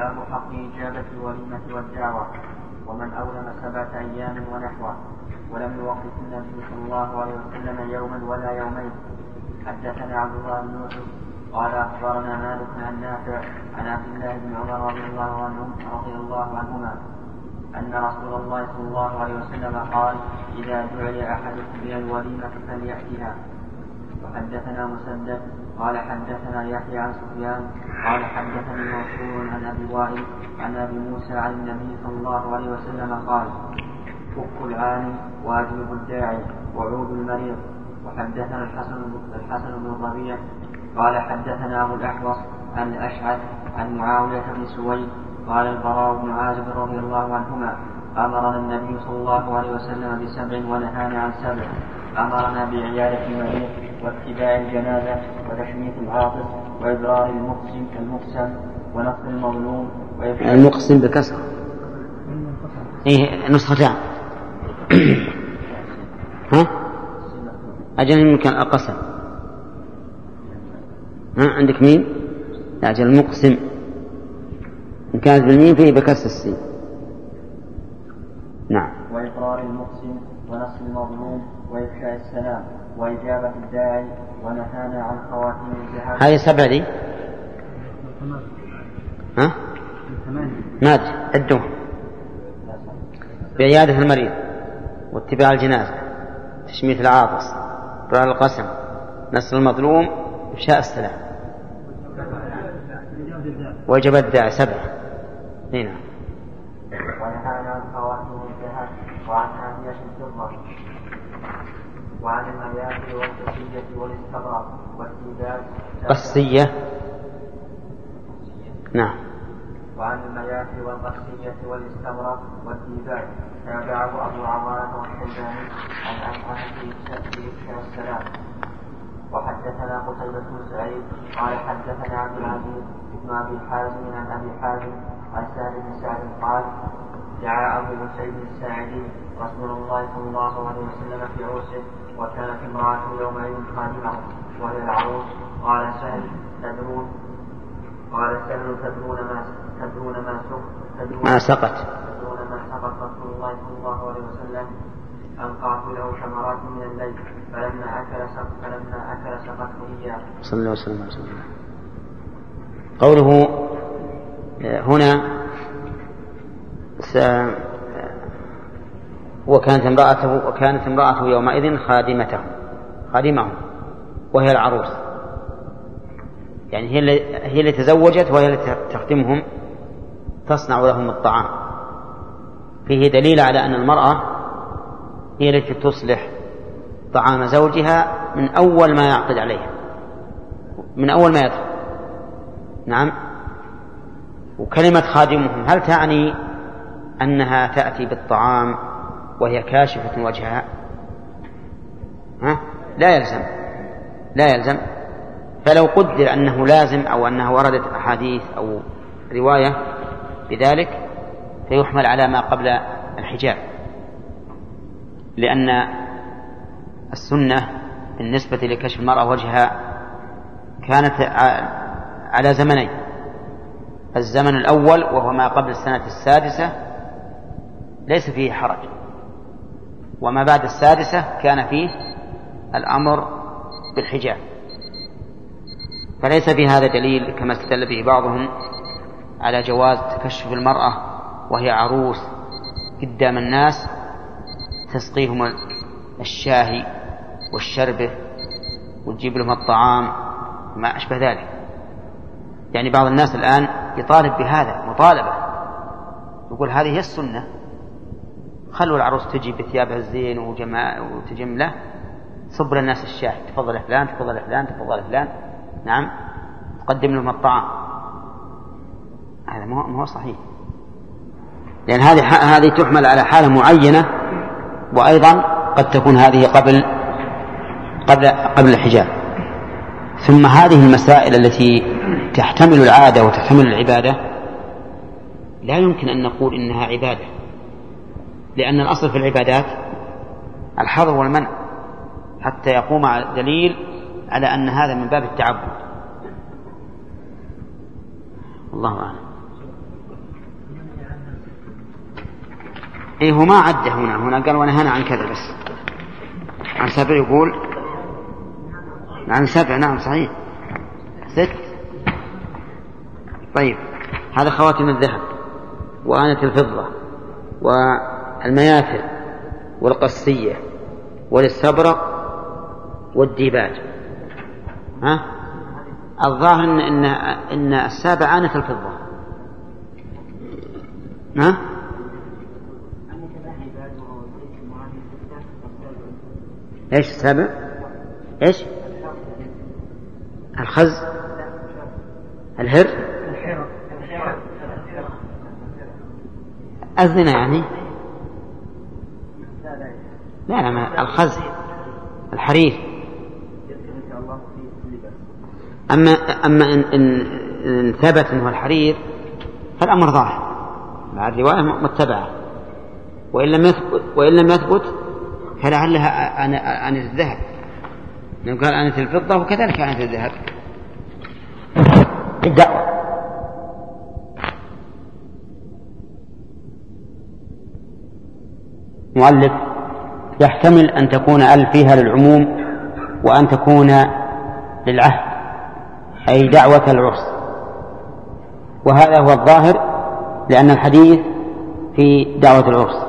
باب حق إجابة الوليمة والدعوة ومن أولم 7 أيام ونحوه ولم يوقف النبي صلى الله عليه وسلم يوما ولا يومين. حدثنا عبد الله بن يوسف قال أخبرنا مالك عن نافع عن عبد الله بن عمر رضي الله عنهما أن رسول الله صلى الله عليه وسلم قال إذا دعي أحدكم إلى الوليمة فليأتها. وحدثنا مسدد قال حدثنا يحيى عن سفيان قال حدثني منصور عن أبي وائل عن أبي موسى عن النبي صلى الله عليه وسلم قال فك العاني وأجيب الداعي وعود المريض. وحدثنا الحسن بن الربيع قال حدثنا أبو الأحوص عن الأشعث عن معاوية بن سويد قال البراء بن عازب رضي الله عنهما أمرنا النبي صلى الله عليه وسلم ب7 ونهانا عن 7. أمرنا بعيادة المريض واتباع الجنازة وتشميت العاطس وإبرار المقسم ونصر المظلوم المقسم بكسر نسختان ها أجل يمكن القسم عندك مين أجل المقسم إن كانت بالمين فيه بكسر السين. نعم. وإقرار المقسم ونصر المظلوم وإفشاء السلام وإجابة الداعي ونهانا عن خواتيم الزهاد. هذه 7 دي ها ماذا عدوها بعيادة المريض واتباع الجنازة تشميت العاطس إبرار القسم نصر المظلوم إفشاء السلام وإجابة الداعي 7. هنا ونهانا عن خواتيم الزهاد وعن آنية الفضة وعن المياه والقصية والاستبراق والتيباج قصية. نعم. وعن المياه والقصية والاستبراق والتيباج تابعه أبو عوانة والشيباني عن إفشاء السلام. وحدثنا قتيبة بن سعيد قال حدثنا عبد العزيز بن أبي حازم عن أبي حازم عن سهل بن سعد قال دعا أبو سعيد الساعدي رسول الله صلى الله عليه وسلم في عرسه وكانت امرأته يومئذ خادمه وهي العروس. قال سهل تدرون ما سقط رسول الله صلى الله عليه وسلم ألقاه له ثمرات من الليل فلما أكل سقته إياه صلى الله عليه وسلم. قوله هنا وكانت امرأته يومئذ خادمه وهي العروس، يعني هي اللي تزوجت وهي اللي تخدمهم تصنع لهم الطعام. فيه دليل على أن المرأة هي التي تصلح طعام زوجها من أول ما يعقد عليها، من أول ما يدخل. نعم. وكلمة خادمهم هل تعني أنها تأتي بالطعام وهي كاشفة وجهها؟ لا يلزم. فلو قدر أنه لازم أو أنها وردت أحاديث أو رواية بذلك فيحمل على ما قبل الحجاب، لأن السنة بالنسبة لكشف المرأة وجهها كانت على زمنين: الزمن الأول وهو ما قبل السنة 6 ليس فيه حرج، وما بعد 6 كان فيه الأمر بالحجاب. فليس في هذا دليل كما استدل به بعضهم على جواز تكشف المرأة وهي عروس قدام الناس تسقيهم الشاهي والشربة وتجيب لهم الطعام ما أشبه ذلك. يعني بعض الناس الآن يطالب بهذا مطالبة، يقول هذه هي السنة، خلوا العروس تجي بثيابها الزين وتجمله، صب للناس الشاهي، تفضل فلان تفضل فلان تفضل فلان، نعم، تقدم لهم الطعام. هذا ما هو صحيح، لأن هذه تحمل على حالة معينة، وأيضا قد تكون هذه قبل الحجاب. ثم هذه المسائل التي تحتمل العادة وتحتمل العبادة لا يمكن أن نقول إنها عبادة، لأن الأصل في العبادات الحظر والمنع حتى يقوم دليل على أن هذا من باب التعبد. الله أعلم. إيه هو ما عد هنا قال ونهانا عن كذا بس. عن 7 يقول عن 7. نعم صحيح 6. طيب هذا خواتم الذهب وآنة الفضة والمياثر والقصية والاستبرق والديباج. الظاهر إن 7 آنة الفضة. ايش 7؟ ايش الخز الهر الزنا يعني لا الخز الحرير. أما إن ثبت أنه الحرير فالأمر ظاهر مع الرواية متبعة، وإن لم يثبت فلعلها آنة الذهب، لو قال آنة الفضة وكذلك آنة الذهب. الدعوة مؤلف يحتمل أن تكون فيها للعموم وأن تكون للعهد، أي دعوة العرس، وهذا هو الظاهر لأن الحديث في دعوة العرس.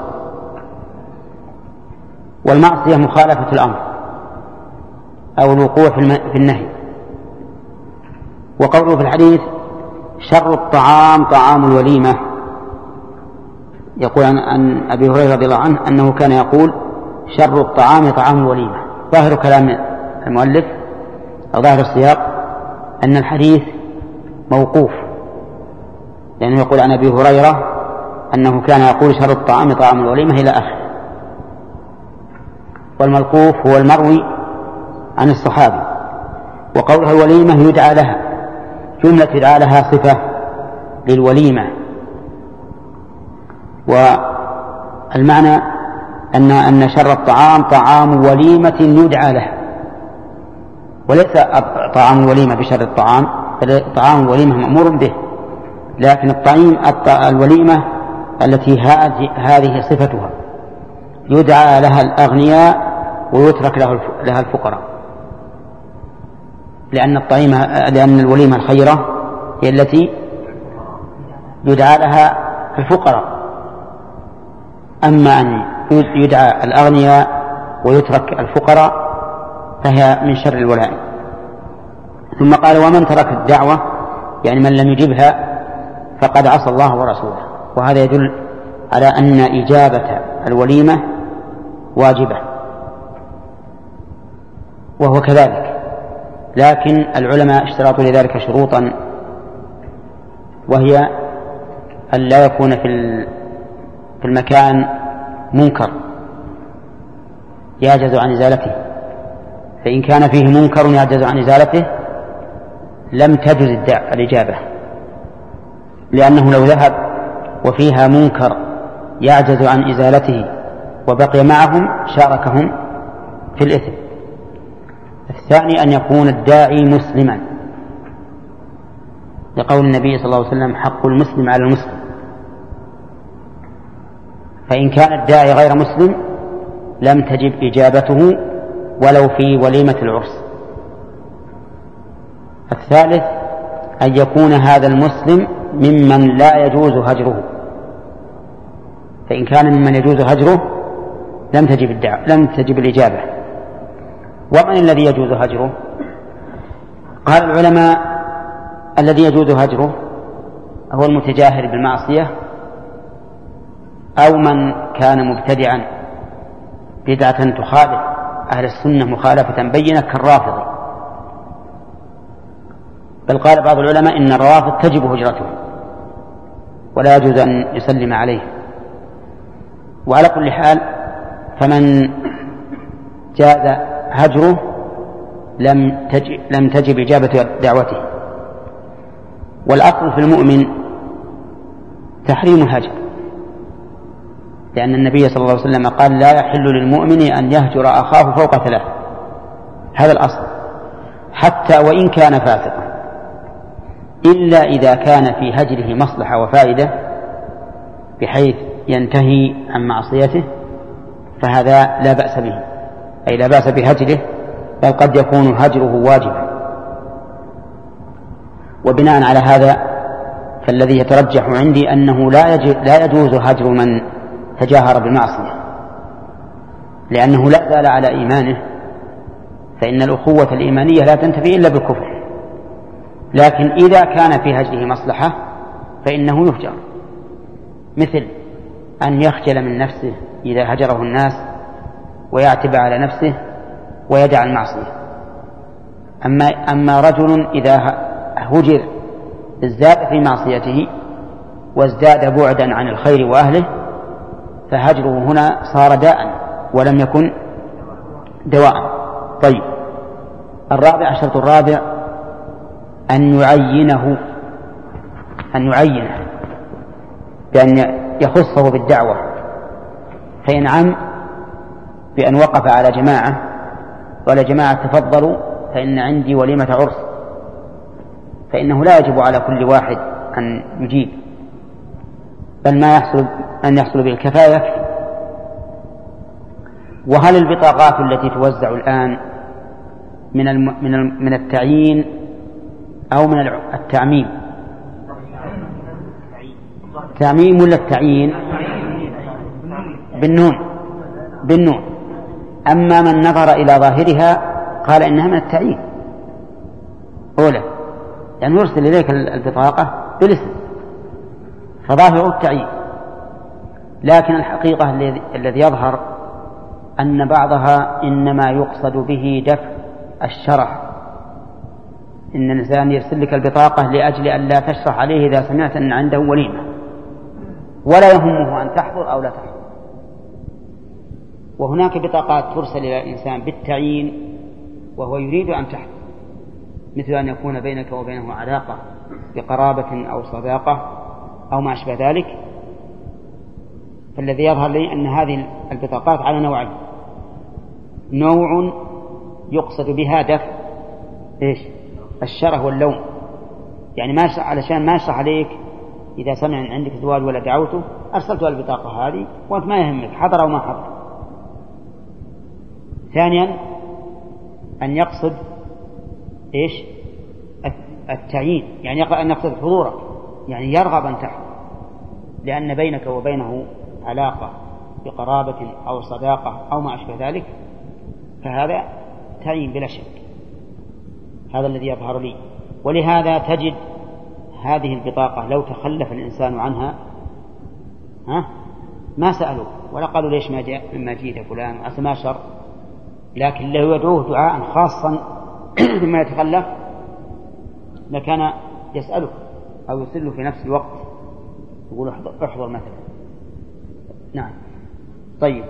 والمعصية مخالفة الأمر أو الوقوع في النهي. وقوله في الحديث شر الطعام طعام الوليمة، يقول عن أبي هريرة رضي الله عنه أنه كان يقول شر الطعام طعام الوليمة. ظاهر كلام المؤلف أو ظاهر السياق أن الحديث موقوف، لأنه يقول عن أبي هريرة أنه كان يقول شر الطعام طعام الوليمة إلى آخره. والموقوف هو المروي عن الصحابي. وقولها الوليمة يدعى لها، جملة يدعى لها صفة للوليمة، والمعنى أن شر الطعام طعام وليمة يدعى لها، وليس طعام الوليمة بشر الطعام، طعام الوليمة مأمور به، لكن الوليمة التي هذه صفتها يدعى لها الأغنياء ويترك لها الفقراء، لأن الوليمة الخيرة هي التي يدعى لها الفقراء. أما أن يدعى الأغنياء ويترك الفقراء فهي من شر الولائم. ثم قال ومن ترك الدعوة يعني من لم يجبها فقد عصى الله ورسوله. وهذا يدل على أن إجابة الوليمة واجبة، وهو كذلك، لكن العلماء اشترطوا لذلك شروطا، وهي أن لا يكون في المكان منكر يعجز عن إزالته، فإن كان فيه منكر يعجز عن إزالته لم تجز الإجابة، لأنه لو ذهب وفيها منكر يعجز عن إزالته وبقي معهم شاركهم في الإثم. الثاني أن يكون الداعي مسلما، لقول النبي صلى الله عليه وسلم حق المسلم على المسلم، فإن كان الداعي غير مسلم لم تجب إجابته ولو في وليمة العرس. الثالث أن يكون هذا المسلم ممن لا يجوز هجره، فإن كان ممن يجوز هجره لم تجب الإجابة. ومن الذي يجوز هجره؟ قال العلماء الذي يجوز هجره هو المتجاهر بالمعصية أو من كان مبتدعا بدعة تخالف أهل السنة مخالفة بينة كالرافضة، بل قال بعض العلماء إن الروافض تجب هجرته ولا يجوز أن يسلم عليه. وعلى كل حال فمن جاز هجره لم تجب إجابة دعوته. والأصل في المؤمن تحريم الهجر، لأن النبي صلى الله عليه وسلم قال لا يحل للمؤمن أن يهجر أخاه فوق 3، هذا الأصل، حتى وإن كان فاسقا، إلا إذا كان في هجره مصلحة وفائدة، بحيث ينتهي عن معصيته فهذا لا بأس به، أي لا بأس بهجره، بل قد يكون هجره واجبا. وبناء على هذا فالذي يترجح عندي أنه لا يجوز هجر من تجاهر بالمعصية، لأنه لا زال على إيمانه، فإن الأخوة الإيمانية لا تنتفي إلا بالكفر. لكن إذا كان في هجره مصلحة فإنه يهجر، مثل أن يخجل من نفسه إذا هجره الناس ويعتب على نفسه ويدع المعصية. أما رجل إذا هجر ازداد في معصيته وازداد بعدا عن الخير وأهله فهجره هنا صار داء ولم يكن دواء. طيب، الشرط الرابع أن يعينه بأن يخصه بالدعوة، فإن عم بأن وقف على جماعة ولا جماعة تفضلوا فإن عندي وليمة عرس، فإنه لا يجب على كل واحد أن يجيب، بل ما يحصل بالكفاية. وهل البطاقات التي توزع الآن من التعيين أو من التعميم؟ تعميم ولا التعيين؟ بالنون. أما من نظر إلى ظاهرها قال إنها من التعيين أولا، يعني يرسل إليك البطاقة بالاسم فظاهر التعيين. لكن الحقيقة الذي يظهر أن بعضها إنما يقصد به دفع الشرح، إن الإنسان يرسل لك البطاقة لأجل أن لا تشرح عليه إذا سمعت أن عنده وليمة، ولا يهمه أن تحضر أو لا تحضر. وهناك بطاقات ترسل إلى الإنسان بالتعيين وهو يريد أن تحضر، مثل أن يكون بينك وبينه علاقة بقرابة أو صداقة أو ما أشبه ذلك. فالذي يظهر لي أن هذه البطاقات على نوعين: نوع يقصد بها دفع الشره واللوم، يعني علشان ما يشرح عليك إذا سمع أن عندك زواج ولا دعوته أرسلت البطاقة هذه وأنت ما يهمك حضر أو ما حضر. ثانيا أن يقصد التعيين، يعني أن يقصد حضورك، يعني يرغب أن تحضر لأن بينك وبينه علاقة بقرابة أو صداقة أو ما أشبه ذلك، فهذا تعيين بلا شك. هذا الذي يظهر لي. ولهذا تجد هذه البطاقة لو تخلف الإنسان عنها ما سألوا ولا قالوا ليش ما جيت فلان عسى ما شر، لكن لو يدعوه دعاء خاصا ثم يتخلف لكان يسأله أو يرسله في نفس الوقت يقول احضر مثلا. نعم. طيب،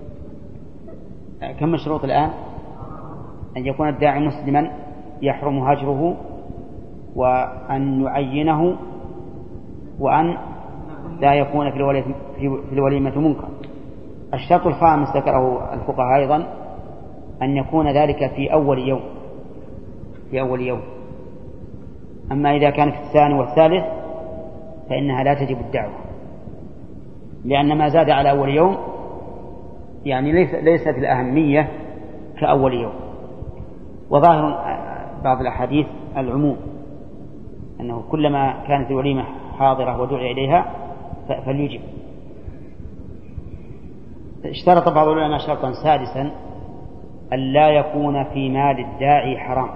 كم الشروط الآن؟ أن يكون الداعي مسلما يحرم هجره، وأن يعينه، وأن لا يكون في الوليمة منكر. الشرط الخامس ذكره الفقهاء أيضا أن يكون ذلك في أول يوم. أما إذا كان في الثاني والثالث فإنها لا تجب الدعوة، لأن ما زاد على أول يوم يعني ليست الأهمية كأول يوم. وظاهر بعض الأحاديث العموم، أنه كلما كانت الوليمة حاضرة ودعي إليها فليجب. اشترط بعض العلماء شرطا سادسا: أن لا يكون في مال الداعي حرام،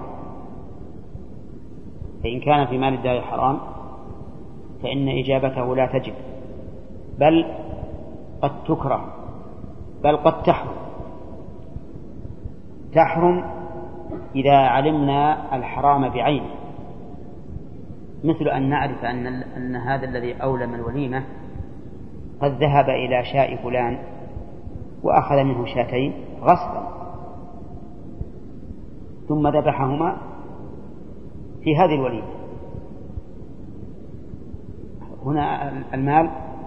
فإن كان في مال الداعي حرام فإن إجابته لا تجب، بل قد تكره، بل قد تحرم إذا علمنا الحرام بعينه، مثل أن نعرف أن هذا الذي أولم الوليمة قد ذهب إلى شاء فلان وأخذ منه شاتين غصبا ثم ذبحهما في هذه الوليمة. هنا المال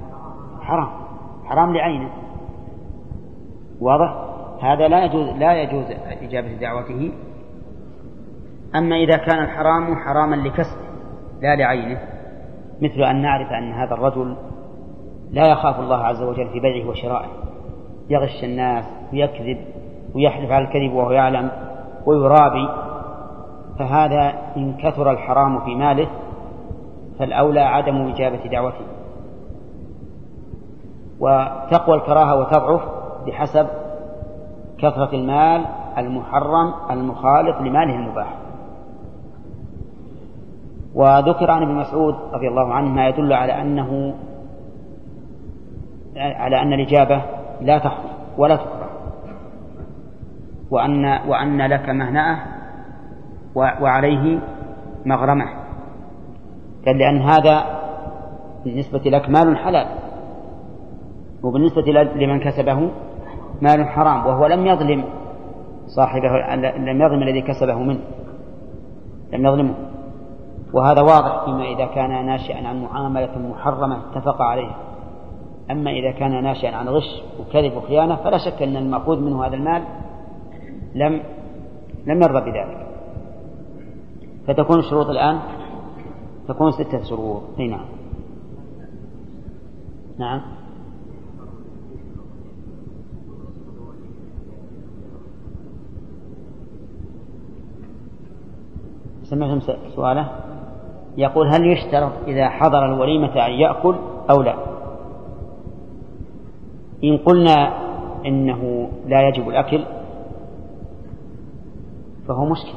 حرام لعينه، واضح؟ هذا لا يجوز إجابة دعوته. أما إذا كان الحرام حراما لكسبه لا لعينه، مثل أن نعرف أن هذا الرجل لا يخاف الله عز وجل في بيعه وشرائه، يغش الناس ويكذب ويحلف على الكذب وهو يعلم ويرابي، فهذا إن كثر الحرام في ماله فالأولى عدم إجابة دعوته. وتقوى الكراهة وتضعف بحسب كثرة المال المحرم المخالط لماله المباح. وذكر عن ابن مسعود رضي الله عنه ما يدل على أن الإجابة لا تحرم ولا تكره، وأن لك مهنأة وعليه مغرمة، قال لأن هذا بالنسبة لك مال حلال، وبالنسبة لمن كسبه مال حرام، وهو لم يظلم صاحبه، لم يظلم الذي كسبه منه، لم يظلمه. وهذا واضح فيما إذا كان ناشئا عن معاملة محرمة اتفق عليها. أما إذا كان ناشئا عن غش وكذب وخيانة فلا شك أن المأخوذ منه هذا المال لم يرضى بذلك. فتكون الشروط الآن تكون 6 شروط. نعم. نعم. سمعتم سؤاله؟ يقول: هل يشترط إذا حضر الوليمة أن يأكل أو لا؟ إن قلنا إنه لا يجب الأكل فهو مشكل،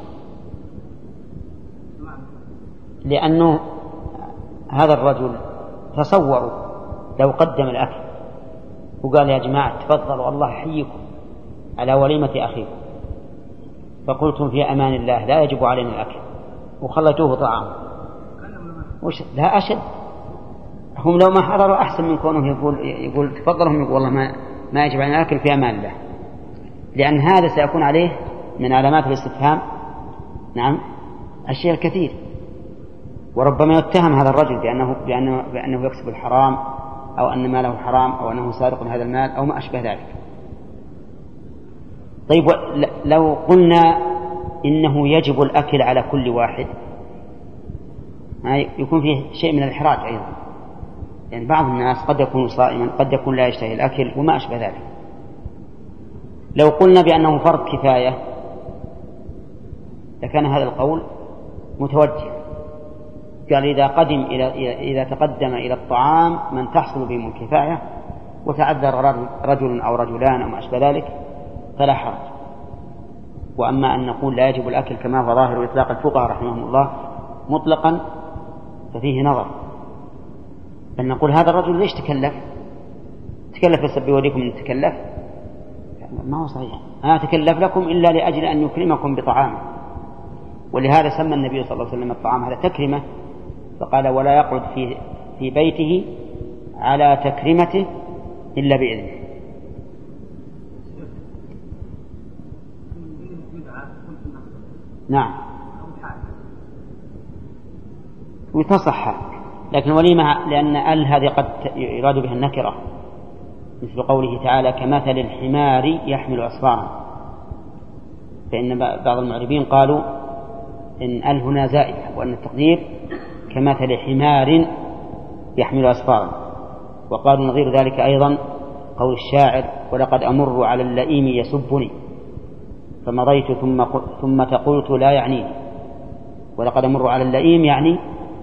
لأنه هذا الرجل تصوروا لو قدم الأكل وقال: يا جماعة تفضلوا الله يحييكم على وليمة أخيكم، فقلتم في أمان الله لا يجب علينا الأكل، وخلتوه طعام، لا أشد. هم لو ما حضروا أحسن من كونه يقول تفضلوا، هم يقول والله ما يجب علينا الأكل في أمان الله، لأن هذا سيكون عليه من علامات الاستفهام نعم الشيء الكثير. وربما يتهم هذا الرجل بأنه يكسب الحرام، أو أن ماله حرام، أو أنه سارق من هذا المال، أو ما أشبه ذلك. طيب لو قلنا إنه يجب الأكل على كل واحد يكون فيه شيء من الإحراج أيضا، يعني بعض الناس قد يكون صائما، قد يكون لا يشتهي الأكل وما أشبه ذلك. لو قلنا بأنه فرض كفاية لكان هذا القول متوجه. قال: إذا تقدم إلى الطعام من تحصل بهم الكفاية وتعذر رجل أو رجلان أو ما أشبه ذلك فلا حرج. وأما أن نقول لا يجب الأكل كما هو ظاهر إطلاق الفقهاء رحمهم الله مطلقا ففيه نظر. بل نقول هذا الرجل ليش تكلف بس بيوريكم أن تكلف، ما هو صحيح. أنا تكلف لكم إلا لأجل أن يكرمكم بطعامه، ولهذا سمى النبي صلى الله عليه وسلم الطعام هذا تكرمة، فقال: ولا يقعد في بيته على تكرمته إلا بإذنه. نعم وتصح، لكن وليمة لأن هذه قد يراد بها النكرة، مثل قوله تعالى: كمثل الحمار يحمل أسفارا. فإن بعض المعربين قالوا إن هنا زائدة، وأن التقدير كمثل حمار يحمل أسفارا. وقالوا نظير ذلك أيضا قول الشاعر: ولقد أمر على اللئيم يسبني فمضيت ثم قلت لا يعنيني. ولقد أمر على اللئيم يعني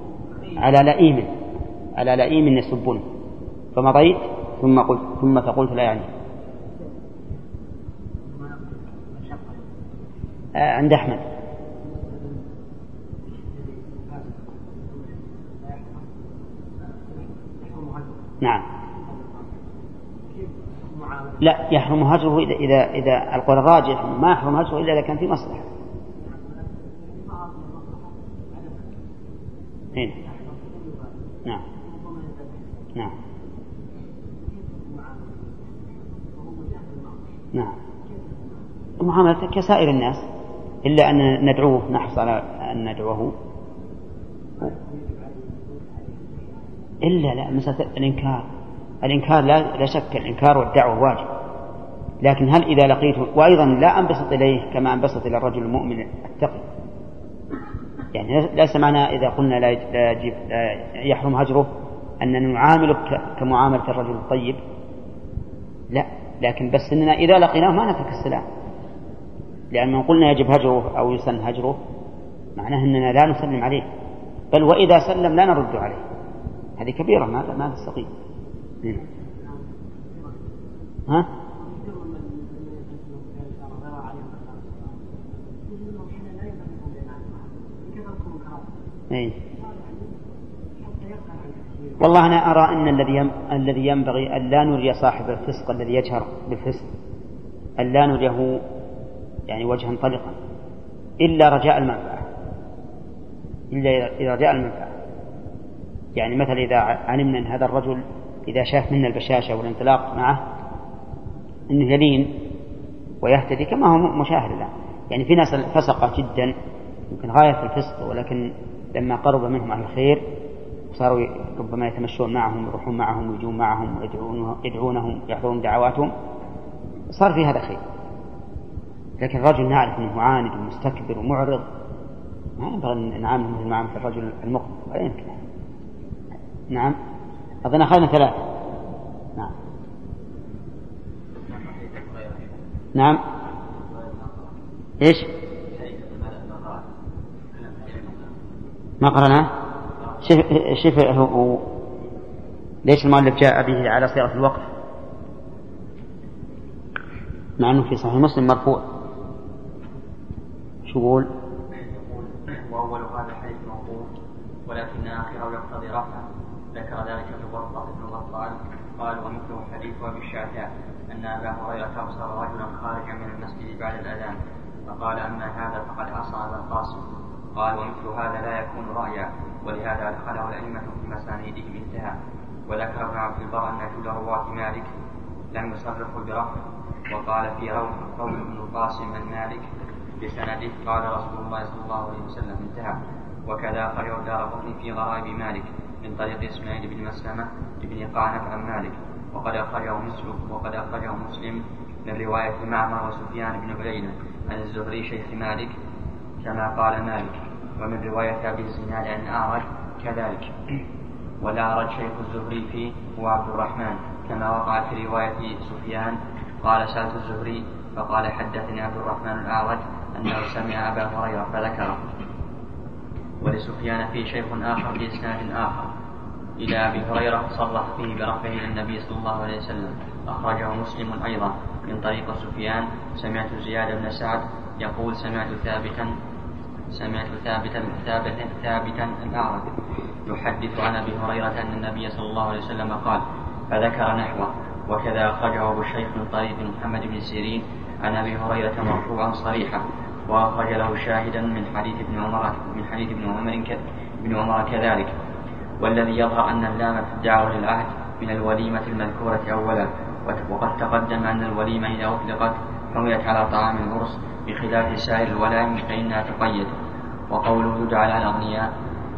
على لئيم يسبني فمضيت ثم قلت لا يعنيني. عند أحمد. نعم. لا يحرم هجره إذا القول الراجح ما يحرم هجره إلا إذا كان في مصلحة. نعم. نعم. نعم. المعاملة كسائر الناس، إلا أن ندعوه، نحرص على أن ندعوه، إلا مسألة الإنكار لا شك الإنكار والدعوة واجب، لكن هل إذا لقيته، وأيضا لا أنبسط إليه كما أنبسط إلى الرجل المؤمن التقي، يعني ليس معنى إذا قلنا لا يحرم هجره أننا نعامله كمعاملة الرجل الطيب، لا، لكن بس أننا إذا لقيناه ما نترك السلام، لأن من قلنا يجب هجره أو يسن هجره معناه أننا لا نسلم عليه، بل وإذا سلم لا نرد عليه، هذه كبيرة ما تستقيم. ها؟ والله أنا أرى أن الذي ينبغي أن لا نري صاحب الفسق الذي يجهر بالفسق أن لا نريه يعني وجها طلقا إلا رجاء المنفعة، إلا إذا رجاء المنفعة. يعني مثلا إذا علمنا أن هذا الرجل إذا شاف منا البشاشة والانطلاق معه أنه يلين ويهتدي كما هو مشاهد الآن. يعني في ناس فسقة جدا يمكن غاية في الفسق، ولكن لما قرب منهم أهل الخير صاروا ربما يتمشون معهم ويروحون معهم ويجون معهم ويدعونهم يحضرون دعواتهم، صار في هذا خير. لكن الرجل نعرف أنه معاند ومستكبر ومعرض، ما ينبغي أن نعامله مثل معاملة الرجل المقبل، ولا يمكن. نعم، أظن أخذنا 3. نعم نعم. إيش ما قرأنا؟ شوف ليش المؤلف جاء به على صيغة الوقف مع أنه في صحيح مسلم مرفوع؟ شو يقول؟ وأول هذا الحديث موقوف ولكن آخره يقتضي رفعه. ذكر ذلك في الوقف ابن بطال قال ومثله حديث أبي الشعثاء أن أبا هريرة أبصر رجلا خارجا من المسجد بعد الأذان فقال أما هذا فقد عصى أبا القاسم. قال ومثل هذا لا يكون رأيا، ولهذا أدخله الأئمة في مسانيدهم انتهى. وذكر ابن عبد البر أن جل رواة مالك لم يصرحوا برفع، وقال في قول ابن القاسم عن مالك بسنده قال رسول الله صلى الله عليه وسلم انتهى. وكذا خرج الدارقطني في غرائب مالك من طريق إسماعيل بن مسلمة بن قعنب عن مالك، وقد أخرجه مسلم من رواية معمر وسفيان بن عيينة عن الزهري شيخ مالك كما قال مالك، ومن رواية أبي الزناد عن أعرج كذلك. والأعرج شيخ الزهري فيه هو عبد الرحمن كما وقع في رواية سفيان قال سألت الزهري فقال حدثني عبد الرحمن الأعرج أنه سمع أبا هريرة فذكره. ولسفيان فيه شيخ آخر بإسناد آخر إلى أبي هريرة صرح فيه برفعه إلى النبي صلى الله عليه وسلم. أخرجه مسلم أيضا من طريق سفيان سمعت زياد بن سعد يقول سمعت ثابتا الأعرج يحدث عن أبي هريرة أن النبي صلى الله عليه وسلم قال فذكر نحوه. وكذا أخرجه أبو الشيخ من طريق محمد بن سيرين عن أبي هريرة مرفوعا صريحا، وأخرج له شاهدا من حديث ابن عمر كذلك. والذي يظهر أن اللام في الدعوة للعهد من الوليمة المذكورة أولا، وقد تقدم أن الوليمة إذا أطلقت حملت على طعام العرس بخلاف سائر الولائم فإنها تقيد. وقوله يدعى على الأغنياء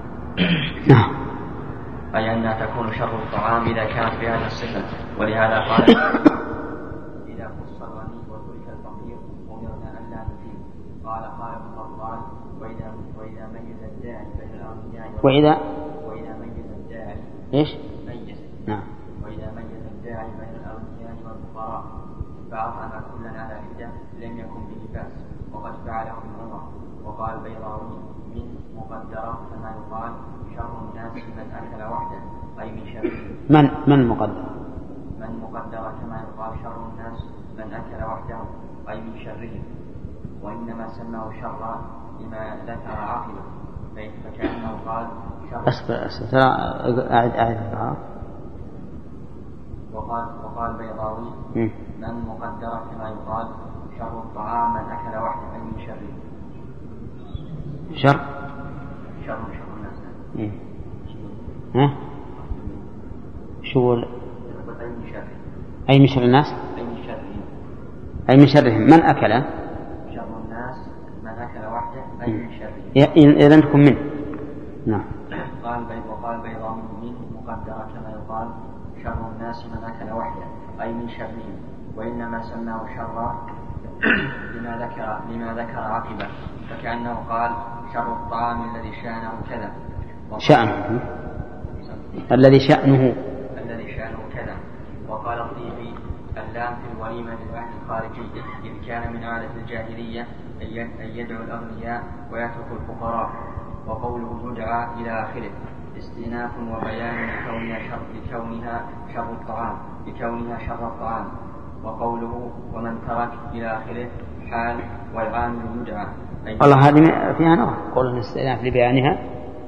أي أنها تكون شر الطعام إذا كانت بهذا الصفة. ولهذا قال إذا خص الغني وترك الفقير أمرنا أن لا نثيب. قال ابن بطال وإذا ميز الداعي بين الأغنياء وإذا ميز الداعي إيش؟ ميز. نعم. وإذا ميز الداعي بين الأغنياء والفقراء فأطعم كلا على حدة لم يكن به بأس، وقد فعله ابن عمر. وقال البيضاوي من مقدرة كما يقال شر الناس من أكل وحده أي من شره. من مقدرة كما يقال شر الناس من أكل وحده أي من شره، وإنما سماه شرا لما ذكر عاقبه فكأنه قال شر. أعد. وقال البيضاوي من مقدرة كما يقال شر الطعام من أكل وحده أي من شره. شر الناس. ها؟ شو أي من شر الناس؟ أي من شرهم. من أكل شر الناس من أكل وحده أي من شره. إذا تكون منه. نعم. وقال البيضاوي من مقدرة كما يقال شر الناس من أكل وحده أي من شرهم، وإنما سماه شرا لما ذكر عقبه فكأنه قال شر الطعام الذي شأنه كذا. الذي شأنه كذا. وقال الطيبي اللام في الوليمة للأهل الخارجي إذ كان من عادة الجاهلية أن يدعو الأغنياء ويترك الفقراء. وقوله يدعى إلى آخره استئناف وبيان لكونها شر الطعام. وقوله ومن ترك إلى آخره حال والعامل يدعى. والله هذه فيها نظر قول الاستئناف لبيانها،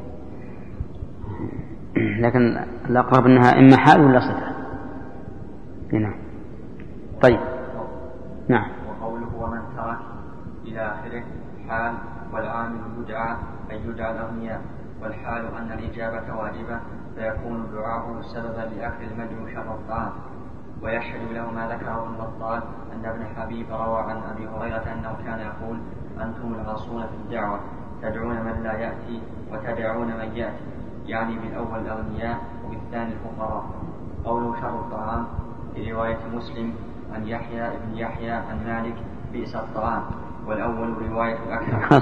لكن الأقرب أنها إما حال ولا صفة. نعم. طيب. نعم. وقوله ومن ترك إلى آخره حال والعامل يدعى أي يدعى الأغنياء، والحال أن الإجابة واجبة فيكون دعاؤه سببا لأكل المجنون شر الطعام. ويشهد له ما ذكره ابن بطال أن ابن حبيب روى عن أبي هريرة أنه كان يقول أنتم العاصون في الدعوة تدعون من لا يأتي وتدعون من يأتي، يعني بالأول الأغنياء وبالثاني الفقراء. قوله شر الطعام في رواية مسلم عن يحيى بن يحيى عن مالك بئس الطعام، والأول رواية الأكثر.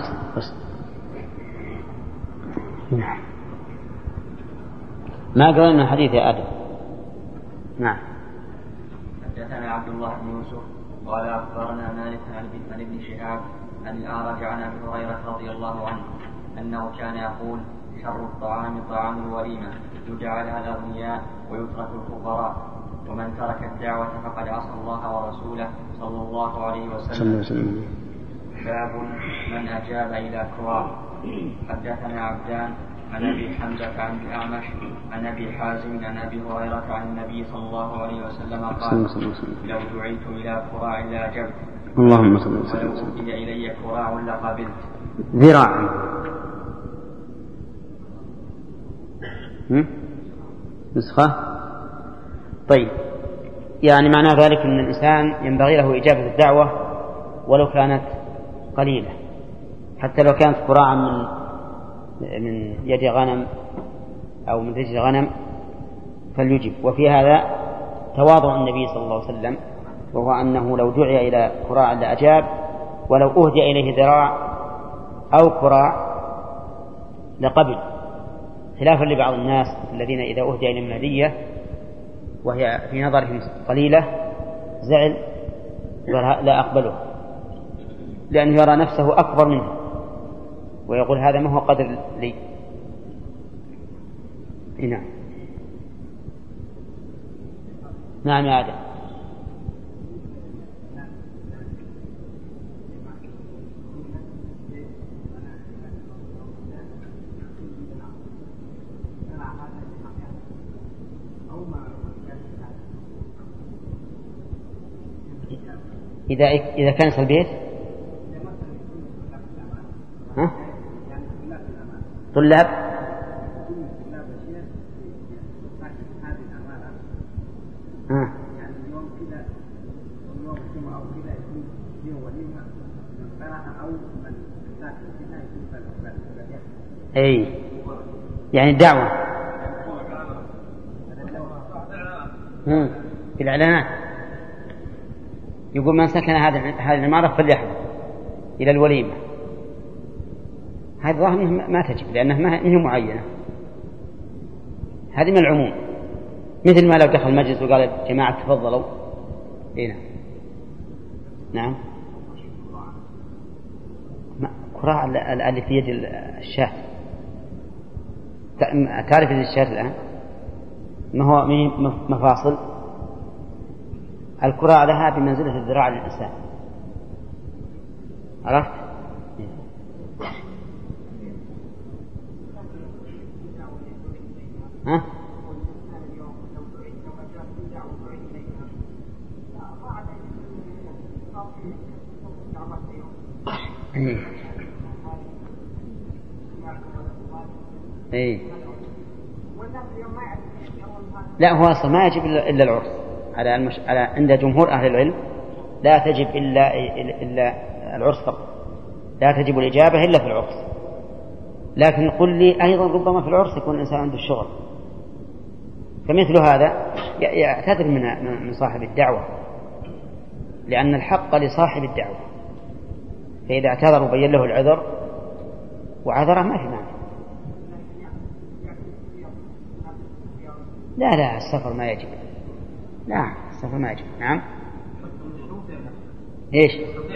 ما قرأنا حديث يا آدم. نعم. حدثنا عبد الله بن يوسف قال أخبرنا مالك عن ابن شهاب عن الأعرج عن أبي هريرة رضي الله عنه أنه كان يقول شر الطعام طعام الوليمة يدعى لها الأغنياء ويترك الفقراء، ومن ترك الدعوة فقد عصى الله ورسوله صلى الله عليه وسلم. باب من أجاب إلى كرام. حدثنا عبدان عن أبي حمزة عن الأعمش عن أبي حازم عن أبي هريرة عن النبي صلى الله عليه وسلم قال لو دعيت إلى كراع لأجبت، اللهم صل وسلم. ولو أوتي إلي كراع لقبلت. ذراع نسخة. طيب، يعني معنى ذلك أن الإنسان ينبغي له إجابة الدعوة ولو كانت قليلة، حتى لو كانت كراعا من يد غنم أو من رجل غنم فليجب. وفي هذا تواضع النبي صلى الله عليه وسلم، وهو أنه لو دعي إلى كراع لأجاب ولو أهدي إليه ذراع أو كراع لقبل، خلافا لبعض الناس الذين إذا أهدي إليهم هدية وهي في نظرهم قليلة زعل لا أقبله، لأنه يرى نفسه أكبر منه ويقول هذا ما هو قدر لي. نعم. نعم يا آدم. إذا كان في البيت طلاب أي يعني الدعوة في الإعلانات يقول من سكن هذه العمارة فليحضر إلى الوليمة. هذا ظاهر ما تجب لأنها ما هي معينة، هذه من العموم، مثل ما لو دخل المجلس وقال يا جماعة تفضلوا. هنا نعم كراع اللي في يد الشاة، تعرف يد الشاة الآن ما هو مفاصل الكراع لها بمنزلة الذراع للإنسان، عرفت؟ ها؟ إيه. لا هو أصلا ما يجب إلا العرس على عند جمهور أهل العلم، لا تجب إلا العرس فقط، لا تجب الإجابة إلا في العرس. لكن قل لي أيضا ربما في العرس يكون الإنسان عنده الشغل، فمثل هذا يعتذر من صاحب الدعوة، لأن الحق لصاحب الدعوة، فإذا اعتذر وبين له العذر وعذره ما في معنى. لا السفر ما يجب. لا السفر ما يجب. نعم. ايش؟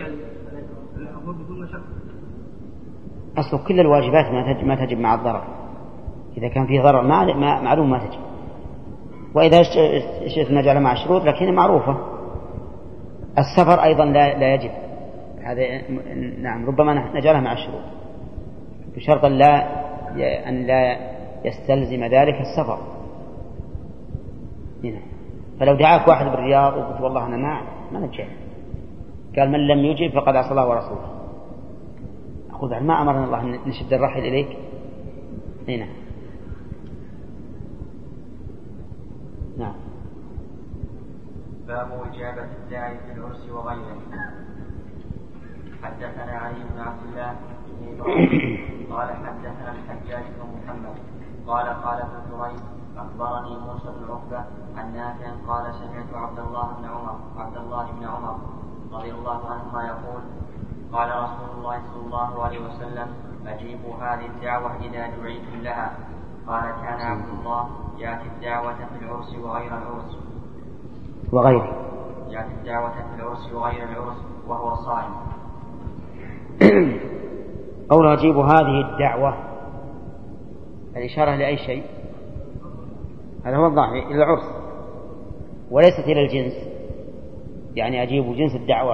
أصل كل الواجبات ما تجب مع الضرر. إذا كان فيه ضرر معلوم ما تجب. وإذا شئت نجعل مع الشروط لكن معروفة. السفر أيضا لا يجب. هذا نعم ربما نجعلها مع الشروط بشرط أن لا يستلزم ذلك السفر. هنا. فلو دعاك واحد بالرياض وقلت والله أنا ما نجح، قال من لم يجب فقد عصى الله ورسوله، أقول ما أمرنا الله أن نشد الرحل إليك. هنا. نعم. باب إجابة الداعي في العرس وغيره. حدثنا علي بن عبد الله بن إبراهيم قال حدثنا الحجاج بن محمد قال ابن جريج أخبرني موسى بن عقبة عن نافع قال سمعت عبد الله بن عمر رضي الله عنهما يقول قال رسول الله صلى الله عليه وسلم أجيبوا هذه الدعوة إذا دعيتم لها. قال كان عبد الله يأتي الدعوة في العرس وغير العرس يأتي الدعوة في العرس وغير العرس وهو صائم. قول أجيب هذه الدعوة الإشارة لأي شيء؟ هذا هو الظاهر إلى العرس وليست إلى الجنس، يعني أجيب جنس الدعوات.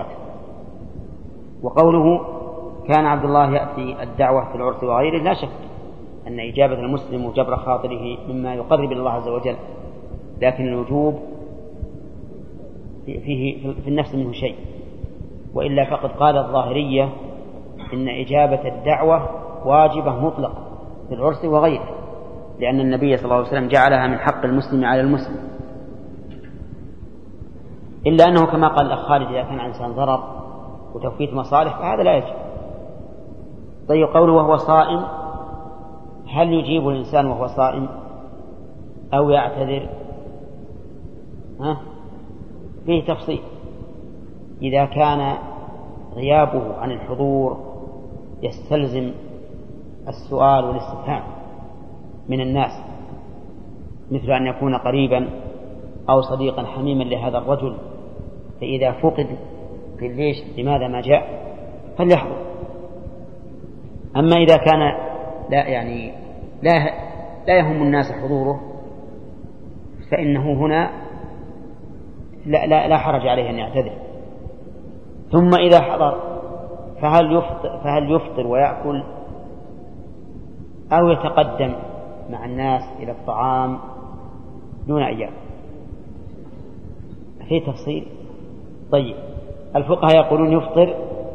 وقوله كان عبد الله يأتي الدعوة في العرس وغيره، لا شك أن إجابة المسلم وجبر خاطره مما يقرب الله عز وجل، لكن الوجوب فيه في النفس منه شيء، وإلا فقد قال الظاهرية إن إجابة الدعوة واجبة مطلقة في العرس وغيره، لأن النبي صلى الله عليه وسلم جعلها من حق المسلم على المسلم. إلا أنه كما قال الأخ خالد إذا كان إنسان ضرر وتوفيت مصالح فهذا لا يجب. طيب قوله وهو صائم، هل يجيب الإنسان وهو صائم أو يعتذر؟ فيه تفصيل. إذا كان غيابه عن الحضور يستلزم السؤال والاستفهام من الناس، مثل أن يكون قريبا أو صديقا حميما لهذا الرجل، فإذا فقد قيل ليش لماذا ما جاء فليحضر. أما إذا كان لا يهم الناس حضوره فإنه هنا لا حرج عليه أن يعتذر. ثم إذا حضر فهل يفطر ويأكل أو يتقدم مع الناس إلى الطعام دون أيام؟ في تفصيل. طيب الفقهاء يقولون يفطر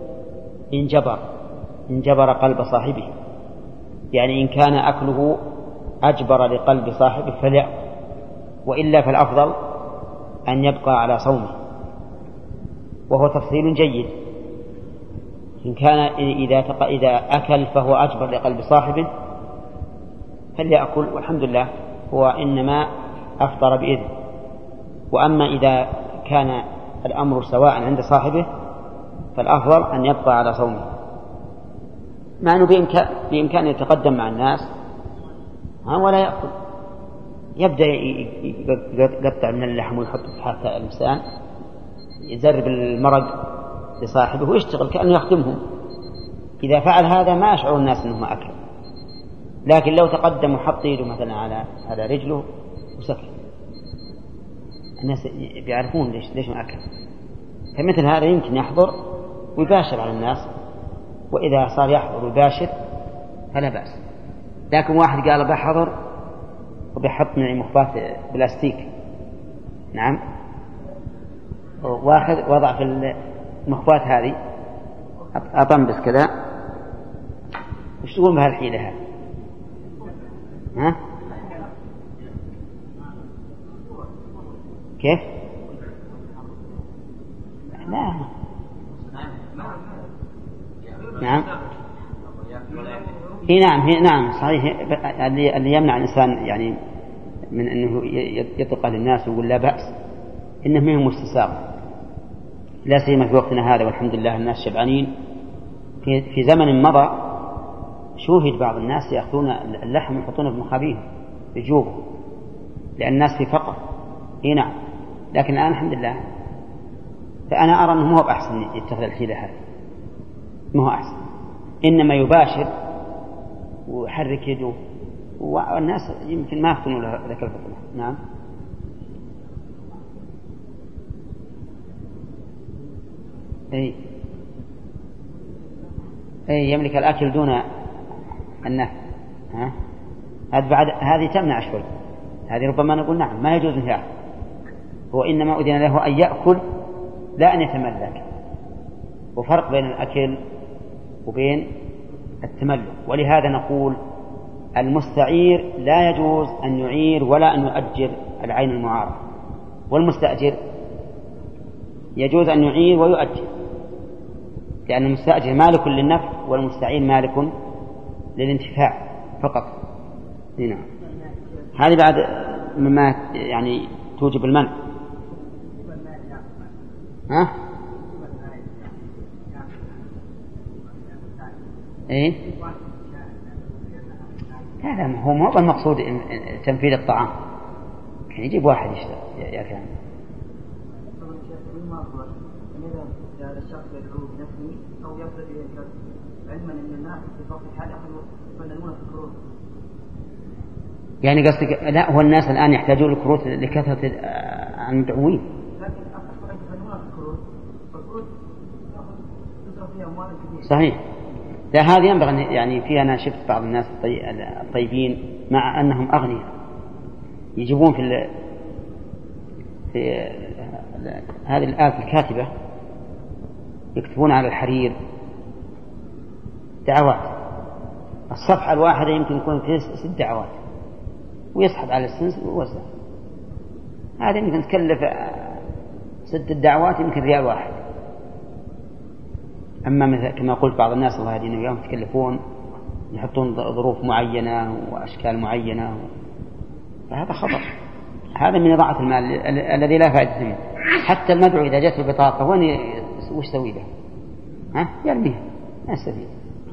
إن جبر قلب صاحبه، يعني إن كان أكله أجبر لقلب صاحبه فليأكل، وإلا فالأفضل أن يبقى على صومه، وهو تفصيل جيد. إن كان إذا أكل فهو أجبر لقلب صاحبه فليأكل والحمد لله، هو إنما أفطر بإذن. وأما إذا كان الأمر سواء عند صاحبه فالأفضل أن يبقى على صومه، مع أنه بإمكانه يتقدم مع الناس ولا يأكل، يبدأ يقطع من اللحم ويحطه في حافة اللسان، يزرب المرق لصاحبه ويشتغل كأنه يخدمهم. إذا فعل هذا ما يشعر الناس أنه ما أكل، لكن لو تقدم وحط يده مثلا على رجله وسكت الناس بيعرفون ليش ما أكل. فمثل هذا يمكن يحضر ويباشر على الناس، وإذا صار يحضر ويباشر فلا بأس. لكن واحد قال بحضر وبيحط من مخبات بلاستيك، نعم، واحد وضع في المخبات هذه أطنبس كذا، وش تقول بهالحيلة هذه؟ كيف؟ لا نعم نعم صحيح. اللي يمنع الإنسان يعني من أنه يطلق للناس ويقول لا بأس إنه منهم مستساغ، لا سيما في وقتنا هذا والحمد لله الناس شبعانين. في زمن مضى شوهد بعض الناس يأخذون اللحم ويحطونه في مخابيهم في جوبه، لأن الناس في فقر. إيه نعم. لكن الآن الحمد لله، فأنا أرى أنه ما هو أحسن يتخذ الحيلة هذه، ما هو أحسن، إنما يباشر ويحرك يده، والناس يمكن ما يفتنوا لك الفتنة. نعم. أي يملك الأكل دون النفع. هذه تمنع شوي، هذه ربما نقول نعم ما يجوز فيها، هو إنما أذن له أن يأكل لا أن يتملك، وفرق بين الأكل وبين التملك. ولهذا نقول المستعير لا يجوز أن يعير ولا أن يؤجر العين المعارة، والمستأجر يجوز أن يعير ويؤجر، لأن المستأجر مالك للنفع والمستعير مالك للانتفاع فقط. هنا هذه بعد مما يعني توجب المنع. إيه؟ لا هو ما هو المقصود تنفيذ الطعام، يعني يجيب واحد يشتغل يا كان. هذا الشخص يدعو بنفسه أو يفضل إليه علما أن الناس في فقر الحال يفننون في الكروت. يعني قصدك لا، هو الناس الآن يحتاجون الكروت لكثرة المدعوين. لكن أصلا يفننون في الكروت، فالكروت تصرف فيها أموال كثيرة. صحيح. لا هذه ينبغي يعني فيها. أنا شفت بعض الناس الطيبين مع أنهم أغنياء يجيبون في هذه الآلة الكاتبة يكتبون على الحرير دعوات، الصفحة الواحدة يمكن يكون فيه 6 دعوات، ويسحب على السنس ويوزع. هذا يمكن تكلف 6 دعوات يمكن ريال واحد. أما مثل كما قلت بعض الناس الله يهدينا وياهم يتكلفون يحطون ظروف معينة وأشكال معينة، فهذا خطر، هذا من إضاعة المال الذي لا فائدة منه. حتى المدعو إذا جاءت البطاقة وين وش سوي له؟ يرميها ما يستفيد.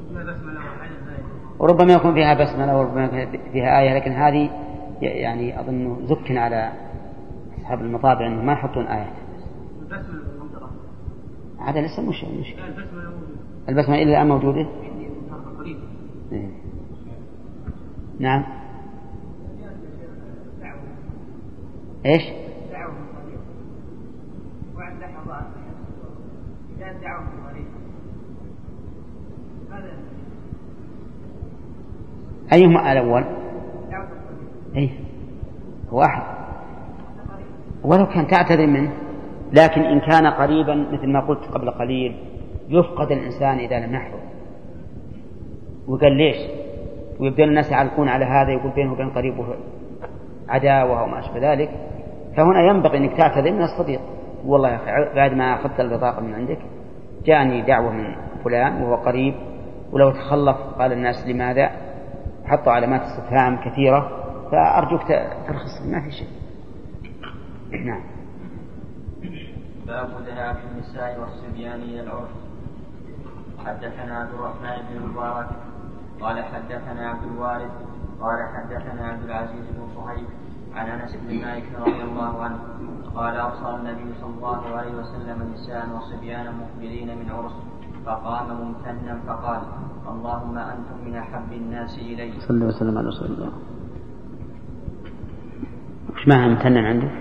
وربما يكون فيها بسملة وربما فيها آية، لكن هذه يعني أظن زكن على أصحاب المطابع أنه ما يحطون آيات. هذا لسه مش البسمة إلا الآن موجودة. نعم. إيش؟ أيهما الأول؟ أيه واحد، ولو كان تعتذر منه، لكن إن كان قريبا مثل ما قلت قبل قليل يفقد الإنسان إذا لم يحضر. وقال ليش؟ ويبدأ الناس يعلقون على هذا، يقول بينه وبين قريبه عداوة وما أشبه ذلك، فهنا ينبغي أنك تعتذر من الصديق. والله يا أخي بعد ما أخذت البطاقة من عندك جاءني دعوة من فلان وهو قريب، ولو تخلف قال الناس لماذا، حطوا علامات استفهام كثيرة، فأرجوك ترخص، ما في شيء. نعم. باب ذهاب النساء والصبيان إلى العرس. حدثنا عبد الرحمن بن المبارك قال حدثنا عبد الوارث قال حدثنا عبد العزيز بن صهيب عن أنس بن مالك رضي الله عنه قال أبصر النبي صلى الله عليه وسلم نساء وصبيانا مقبلين من عرس، فقام ممتنا فقال: اللهم أنتم من أحب الناس إلي. صلى الله عليه وسلم على رسول الله. إيش معنى ممتنا عندك؟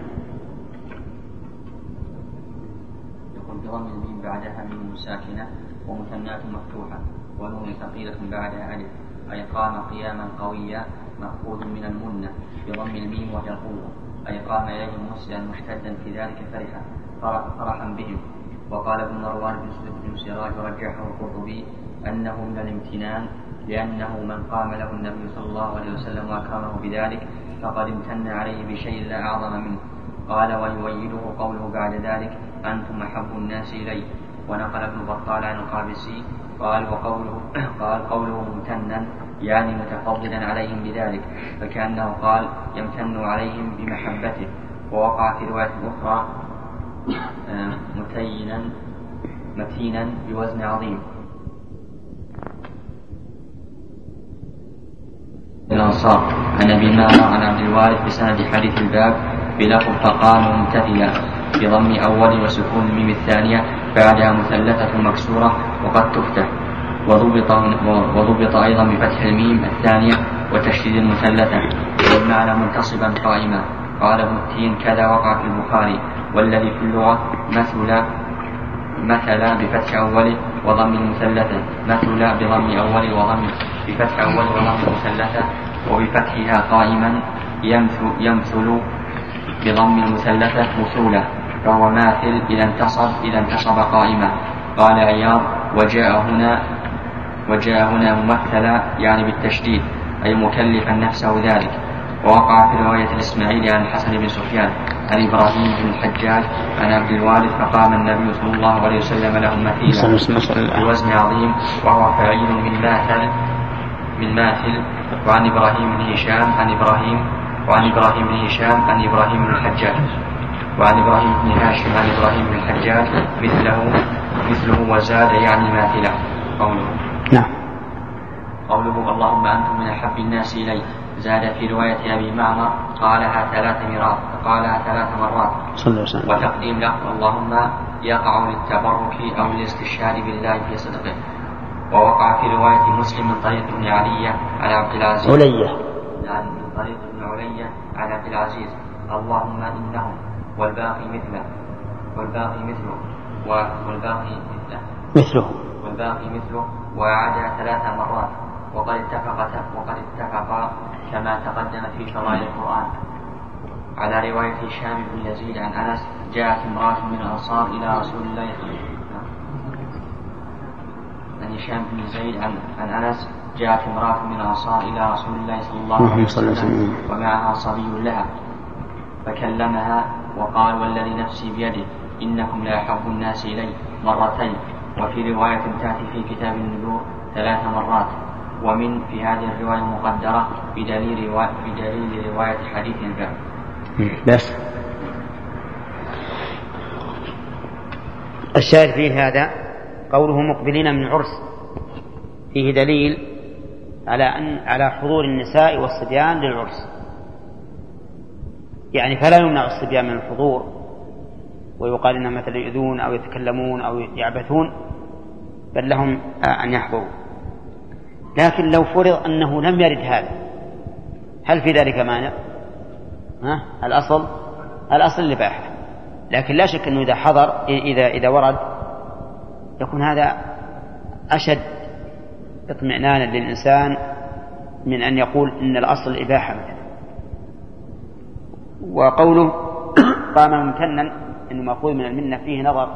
يقول بضم الميم بعدها ميم ساكنة ومثنات مفتوحة ونون ثقيلة بعدها ألف، أي قام قياما قويا مأخوذ من المنة بضم الميم وهي القوة، أي قام إليهم مسلما محتدا في ذلك فرحا بهم. وقال ابن مروان بن سراج ورجحه القرطبي أنه من الامتنان، لأنه من قام له النبي صلى الله عليه وسلم وأكرمه بذلك فقد امتن عليه بشيء لا أعظم منه. قال ويؤيده قوله بعد ذلك: أنتم أحب الناس إلي. ونقل ابن بطال عن القابسي قال قوله ممتنا يعني متفضلا عليهم بذلك، فكأنه قال يمتن عليهم بمحبته. ووقع في رواية أخرى متينا بوزن عظيم. الأنصار عن أبي معمر عن عبد الوارث بسند حديث الباب بلفظ فقام ممتثلا بضم أول وسكون الميم الثانية بعدها مثلثة مكسورة وقد تفتح، وضبط أيضا بفتح الميم الثانية وتشديد المثلثة، والمعنى منتصبا قائما. قال ابن التين كذا وقع في البخاري، والذي في اللغة مثل بفتح أوله وضم المثلثة، مثل بضم أوله وضم بفتح أوله وضم المثلثة وبفتحها قائما، يمثل بضم المثلثة مثولة، فهو ماثل إذا انتصب قائما. قال عياض وجاء هنا ممثلا يعني بالتشديد أي مكلفا نفسه ذلك. ووقع في رواية الإسماعيلي عن الحسن بن سفيان عن إبراهيم بن الحجاج عن عبد الوارث فقام النبي صلى الله عليه وسلم له مثيلا بوزن عظيم وهو فاعل من ماثل. وعن إبراهيم بن هشام عن إبراهيم بن الحجاج وعن إبراهيم بن هاشم عن إبراهيم بن الحجاج مثله وزاد يعني ماثلا. قوله اللهم أنتم من أحب الناس إلي، زاد في رواية أبي معمر قالها 3 مرات وتقديم لفظ اللهم يقع للتبرك أو للاستشهاد بالله في صدقه. ووقع في رواية مسلم من طريق ابن علية على عبد العزيز من طريق ابن علية على عبد العزيز اللهم إنهم والباقي مثله وأعادها 3 مرات وقد اتفق كما تقدم في فضائل القرآن. على رواية هشام بن يزيد عن أنس جاءت امرأة من الأنصار إلى رسول الله صلى الله عليه وسلم ومعها صبي لها فكلمها وقال والذي نفسي بيده إنكم لا أحب الناس إلي 2 وفي رواية تأتي في كتاب النذور 3 مرات. ومن في هذه الرواية المقدرة بدليل رواية حديث الباب. بس الشاهد فيه هذا قوله مقبلين من عرس، فيه دليل على حضور النساء والصبيان للعرس، يعني فلا يمنع الصبيان من الحضور ويقال إنهم مثلا يؤذون أو يتكلمون أو يعبثون، بل لهم أن يحضروا. لكن لو فرض أنه لم يرد هذا هل في ذلك مانع؟ الأصل الإباحة، لكن لا شك أنه إذا حضر إذا ورد يكون هذا أشد اطمئنانا للإنسان من أن يقول إن الأصل الإباحة مثلا. وقوله قام ممتنا إنه مأخوذ من المنة فيه نظر،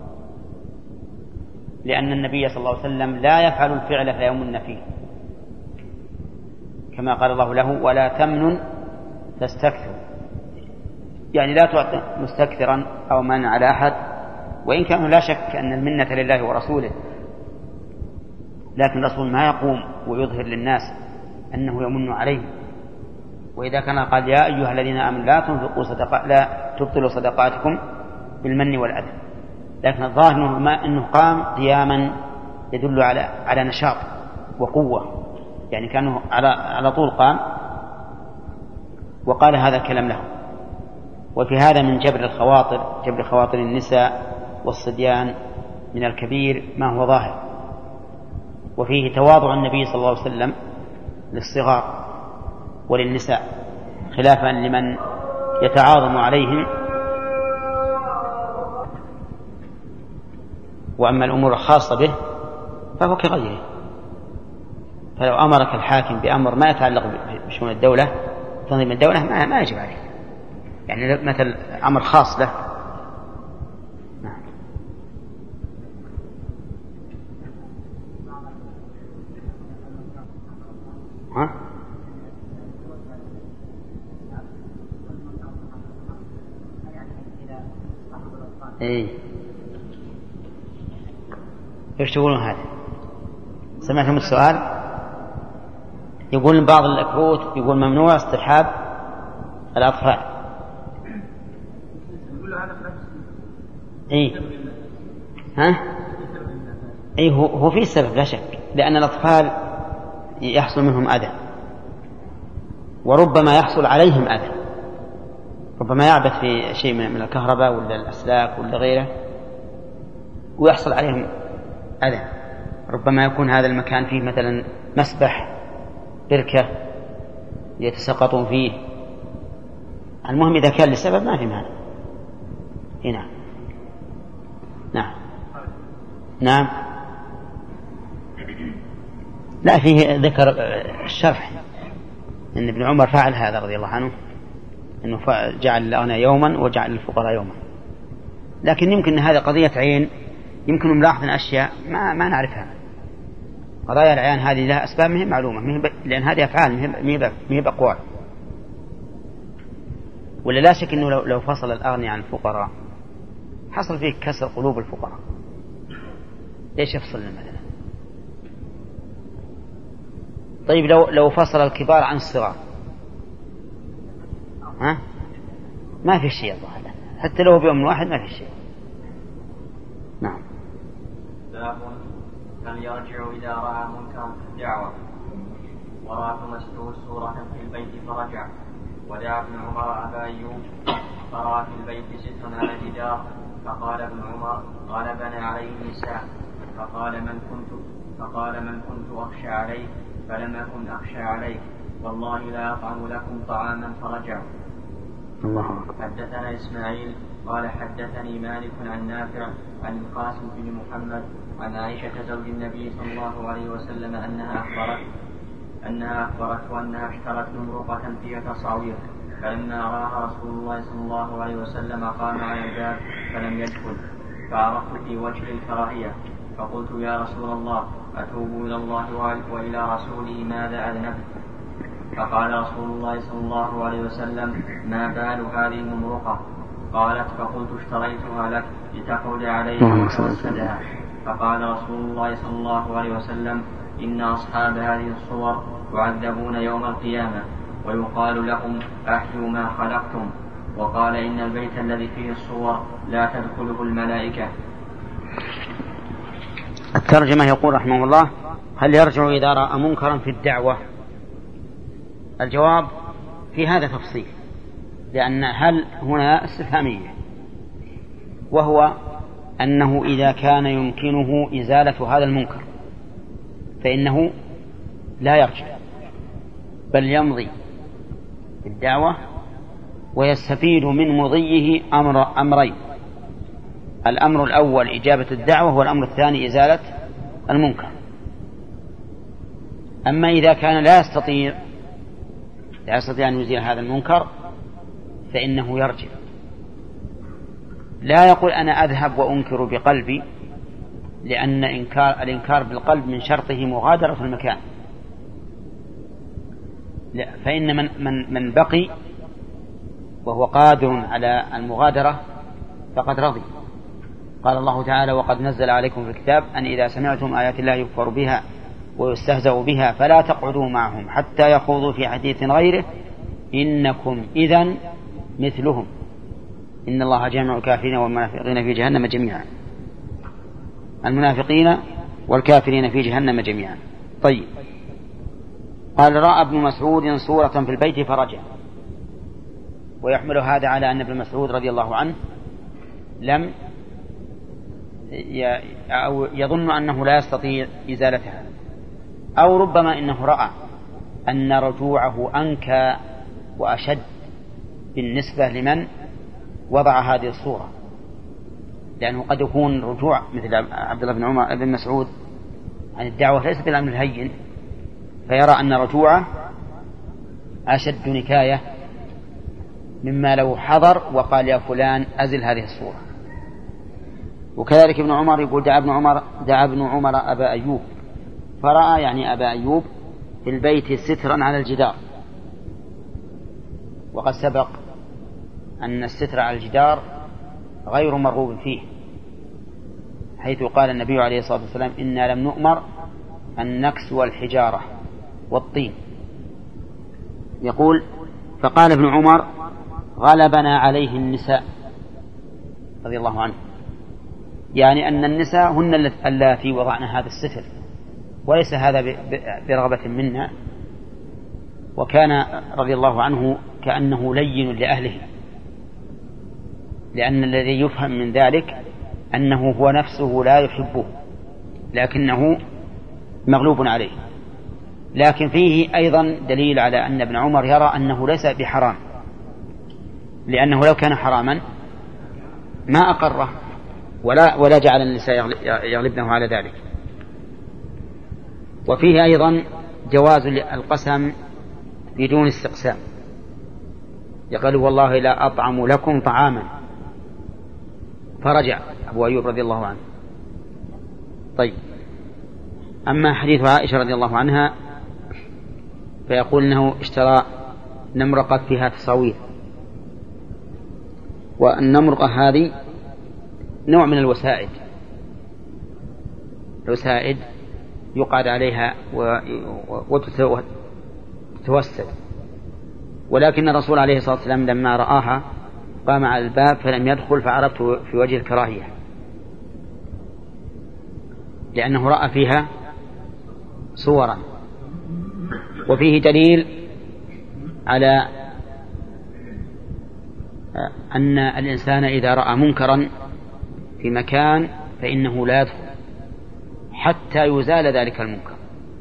لأن النبي صلى الله عليه وسلم لا يفعل الفعل فيمن فيه، كما قال الله له ولا تمنن تستكثر، يعني لا تعطي مستكثرا أو من على أحد، وإن كان لا شك أن المنة لله ورسوله، لكن الرسول ما يقوم ويظهر للناس أنه يمن عليهم. وإذا كان قال يا أيها الذين آمنوا لا تبطلوا صدقاتكم بالمن والأذى، لكن الظاهر أنه قام قياما يدل على نشاط وقوة، يعني كانه على طول قام وقال هذا الكلام له. وفي هذا من جبر خواطر النساء والصبيان من الكبير ما هو ظاهر، وفيه تواضع النبي صلى الله عليه وسلم للصغار وللنساء خلافا لمن يتعاظم عليهم. وأما الأمور الخاصة به فهو كغيره، فلو أمرك الحاكم بأمر ما يتعلق بشؤون الدولة تنظيم الدولة ما يجب عليه، يعني مثل أمر خاص له. ايش تقولون هذا؟ سمعتم السؤال؟ يقول بعض الكروت يقول ممنوع اصطحاب الأطفال. هو في سبب لا شك، لأن الأطفال يحصل منهم أذى، وربما يحصل عليهم أذى، ربما يعبث في شيء من الكهرباء ولا الأسلاك ولا غيره ويحصل عليهم أذى. ربما يكون هذا المكان فيه مثلا مسبح، بركة يتسقطون فيه. المهم إذا كان لسبب ما في مانع. هنا نعم لا، فيه ذكر الشرح أن ابن عمر فعل هذا رضي الله عنه، أنه جعل الأغنياء يوما وجعل الفقراء يوما. لكن يمكن هذا قضية عين، يمكن ملاحظة أشياء ما نعرفها. قضايا العيان هذه لها أسباب مهم معلومة، لأن هذه أفعال مهب أقوال. ولا لا شك أنه لو فصل الأغنياء عن الفقراء حصل فيه كسر قلوب الفقراء. ليش يفصل مثلا؟ طيب لو فصل الكبار عن الصغار ما في شيء الظاهر، حتى لو بيوم واحد ما في شيء. نعم. باب هل يرجع إذا رأى منكرا في الدعوة؟ ورأى مسعود سورة في البيت فرجع. ودعا ابن عمر أبا أيوب فرأى في البيت سترا على الجدار، فقال ابن عمر غلبنا عليه النساء، فقال من كنت أخشى عليه فلم أكن أخشى عليك، والله لا أطعم لكم طعاما. فرجع. حدثنا إسماعيل قال حدثني مالك عن نافع عن القاسم بن محمد عن عائشة زوج النبي صلى الله عليه وسلم أنها أخبرته أنها اشترت نمرقة فيها تصاوير، فلما راها رسول الله صلى الله عليه وسلم قام على الباب فلم يدخل، فعرفت في وجه الكراهية، فقلت يا رسول الله أتوب إلى الله وإلى رسوله ماذا أذنبت؟ فقال رسول الله صلى الله عليه وسلم ما بال هذه النمرقة؟ قالت فقلت اشتريتها لك لتقعد عليها وتوسدها. فقال رسول الله صلى الله عليه وسلم إن أصحاب هذه الصور يعذبون يوم القيامة ويقال لهم أحيوا ما خلقتم. وقال إن البيت الذي فيه الصور لا تدخله الملائكة. الترجمة يقول رحمه الله هل يرجع إذا رأى منكرا في الدعوة؟ الجواب في هذا تفصيل، لأن هل هنا استفهامية، وهو أنه إذا كان يمكنه إزالة هذا المنكر فإنه لا يرجع، بل يمضي بالدعوة ويستفيد من مضيه أمرين: الأمر الأول إجابة الدعوة، والأمر الثاني إزالة المنكر. أما إذا كان لا يستطيع أن يزيل هذا المنكر فإنه يرجع. لا يقول أنا أذهب وأنكر بقلبي، لأن الإنكار بالقلب من شرطه مغادرة المكان. فإن من بقي وهو قادر على المغادرة فقد رضي. قال الله تعالى وقد نزل عليكم في الكتاب أن إذا سمعتم آيات الله يكفر بها ويستهزأ بها فلا تقعدوا معهم حتى يخوضوا في حديث غيره إنكم إذن مثلهم إن الله جامع الكافرين والمنافقين في جهنم جميعا. المنافقين والكافرين في جهنم جميعا. طيب، قال رأى ابن مسعود صورة في البيت فرجع، ويحمل هذا على أن ابن مسعود رضي الله عنه لم يظن أنه لا يستطيع إزالتها، أو ربما إنه رأى أن رجوعه أنكى وأشد بالنسبة لمن وضع هذه الصورة، لأنه قد يكون رجوع مثل عبد الله بن عمر بن مسعود عن الدعوة ليس بالأمر الهين، فيرى أن رجوعه أشد نكاية مما لو حضر وقال يا فلان أزل هذه الصورة. وكذلك ابن عمر يقول دعا ابن عمر أبا أيوب فرأى، يعني أبا أيوب، في البيت سترا على الجدار. وقد سبق أن الستر على الجدار غير مرغوب فيه، حيث قال النبي عليه الصلاة والسلام إنا لم نؤمر أن نكسو الحجارة والطين. يقول فقال ابن عمر غلبنا عليه النساء رضي الله عنه، يعني أن النساء هن اللاتي وضعن هذا الستر، وليس هذا برغبة منا، وكان رضي الله عنه كأنه لين لأهله، لأن الذي يفهم من ذلك أنه هو نفسه لا يحبه لكنه مغلوب عليه. لكن فيه أيضا دليل على أن ابن عمر يرى أنه ليس بحرام، لأنه لو كان حراما ما أقره ولا جعل النساء يغلبنه على ذلك. وفيه أيضا جواز القسم بدون استقسام، يقول والله لا أطعم لكم طعاما، فرجع أبو أيوب رضي الله عنه. طيب، أما حديث عائشة رضي الله عنها فيقول أنه اشترى نمرقة فيها تصاوير، والنمرقة هذه نوع من الوسائد يقعد عليها وتتوسد، ولكن الرسول عليه الصلاة والسلام لما رآها قام على الباب فلم يدخل، فعرفت في وجه الكراهية لأنه رأى فيها صورا. وفيه دليل على أن الإنسان إذا رأى منكرا في مكان فإنه لا يدخل حتى يزال ذلك المنكر.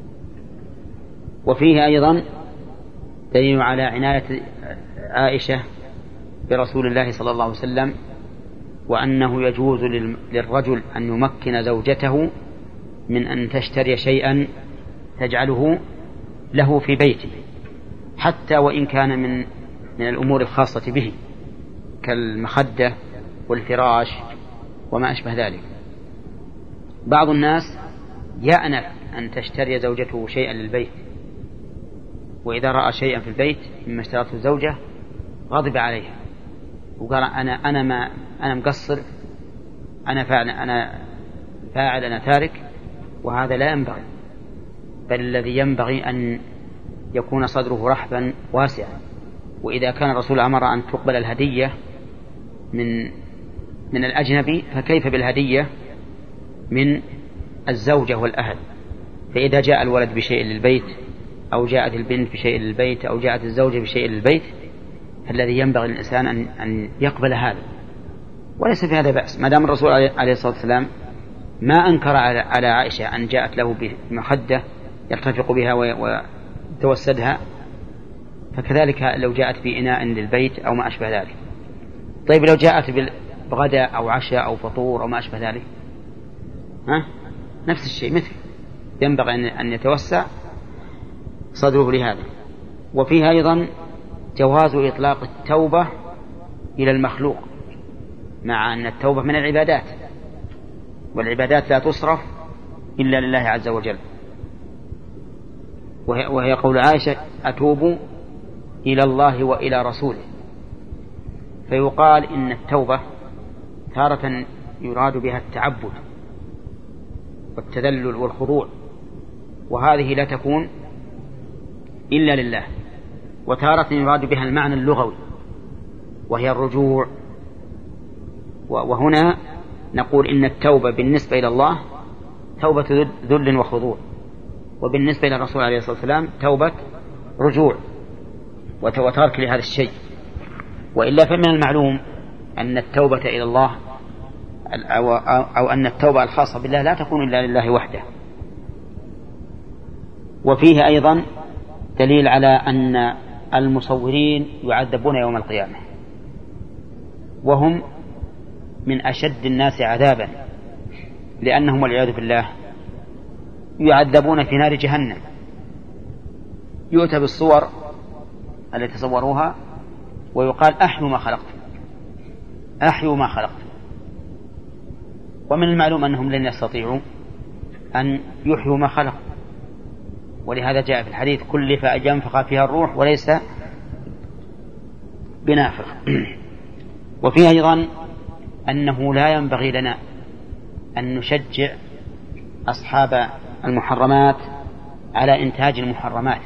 وفيه أيضا دليل على عناية عائشة برسول الله صلى الله عليه وسلم، وأنه يجوز للرجل أن يمكن زوجته من أن تشتري شيئا تجعله له في بيته حتى وإن كان من الأمور الخاصة به كالمخدة والفراش وما أشبه ذلك. بعض الناس يأنف أن تشتري زوجته شيئا للبيت، وإذا رأى شيئا في البيت مما اشترته الزوجة غضب عليها وقال أنا مقصر، أنا فاعل، أنا تارك، وهذا لا ينبغي، بل الذي ينبغي أن يكون صدره رحبا واسعا. وإذا كان الرسول أمر أن تقبل الهدية من الأجنبي فكيف بالهدية من الزوجة والأهل؟ فإذا جاء الولد بشيء للبيت أو جاءت البنت بشيء للبيت أو جاءت الزوجة بشيء للبيت، فالذي ينبغي للإنسان أن يقبل هذا، وليس في هذا بأس ما دام الرسول عليه الصلاة والسلام ما أنكر على عائشة أن جاءت له بمخدة يرتفق بها وتوسدها، فكذلك لو جاءت بإناء للبيت أو ما أشبه ذلك. طيب لو جاءت بغداء أو عشاء أو فطور أو ما أشبه ذلك، نفس الشيء، مثل ينبغي أن يتوسع صدره لهذا. وفيها أيضا جواز إطلاق التوبة إلى المخلوق، مع أن التوبة من العبادات، والعبادات لا تصرف إلا لله عز وجل. وهي قول عائشة أتوب إلى الله وإلى رسوله. فيقال إن التوبة تارة يراد بها التعبد والتذلل والخضوع، وهذه لا تكون إلا لله، وتارة يراد بها المعنى اللغوي وهي الرجوع. وهنا نقول إن التوبة بالنسبة إلى الله توبة ذل وخضوع، وبالنسبة إلى الرسول عليه الصلاة والسلام توبة رجوع وترك لهذا الشيء. وإلا فمن المعلوم أن التوبة إلى الله أو أن التوبة الخاصة بالله لا تكون إلا لله وحده. وفيه أيضا دليل على أن المصورين يعذبون يوم القيامة، وهم من أشد الناس عذابا، لأنهم والعياذ بالله يعذبون في نار جهنم. يؤتى بالصور التي تصوروها ويقال أحيوا ما خلقتم، أحيوا ما خلقتم. ومن المعلوم أنهم لن يستطيعوا أن يحيوا ما خلقوا، ولهذا جاء في الحديث كلف أن ينفخ فيها الروح وليس بنافخ. وفيه أيضا أنه لا ينبغي لنا أن نشجع أصحاب المحرمات على إنتاج المحرمات،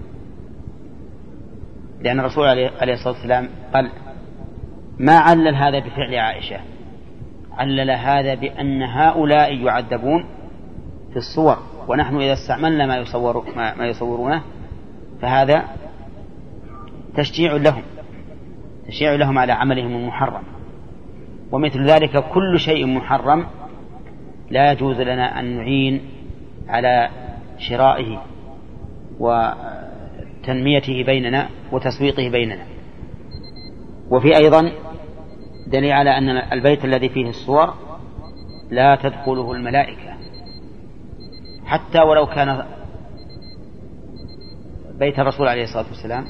لأن الرسول عليه الصلاة والسلام قال ما علل هذا بفعل عائشة، علل هذا بأن هؤلاء يعذبون في الصور، ونحن إذا استعملنا ما يصورونه فهذا تشجيع لهم على عملهم المحرم. ومثل ذلك كل شيء محرم لا يجوز لنا أن نعين على شرائه وتنميته بيننا وتسويقه بيننا. وفي أيضا دليل على أن البيت الذي فيه الصور لا تدخله الملائكة حتى ولو كان بيت الرسول عليه الصلاة والسلام.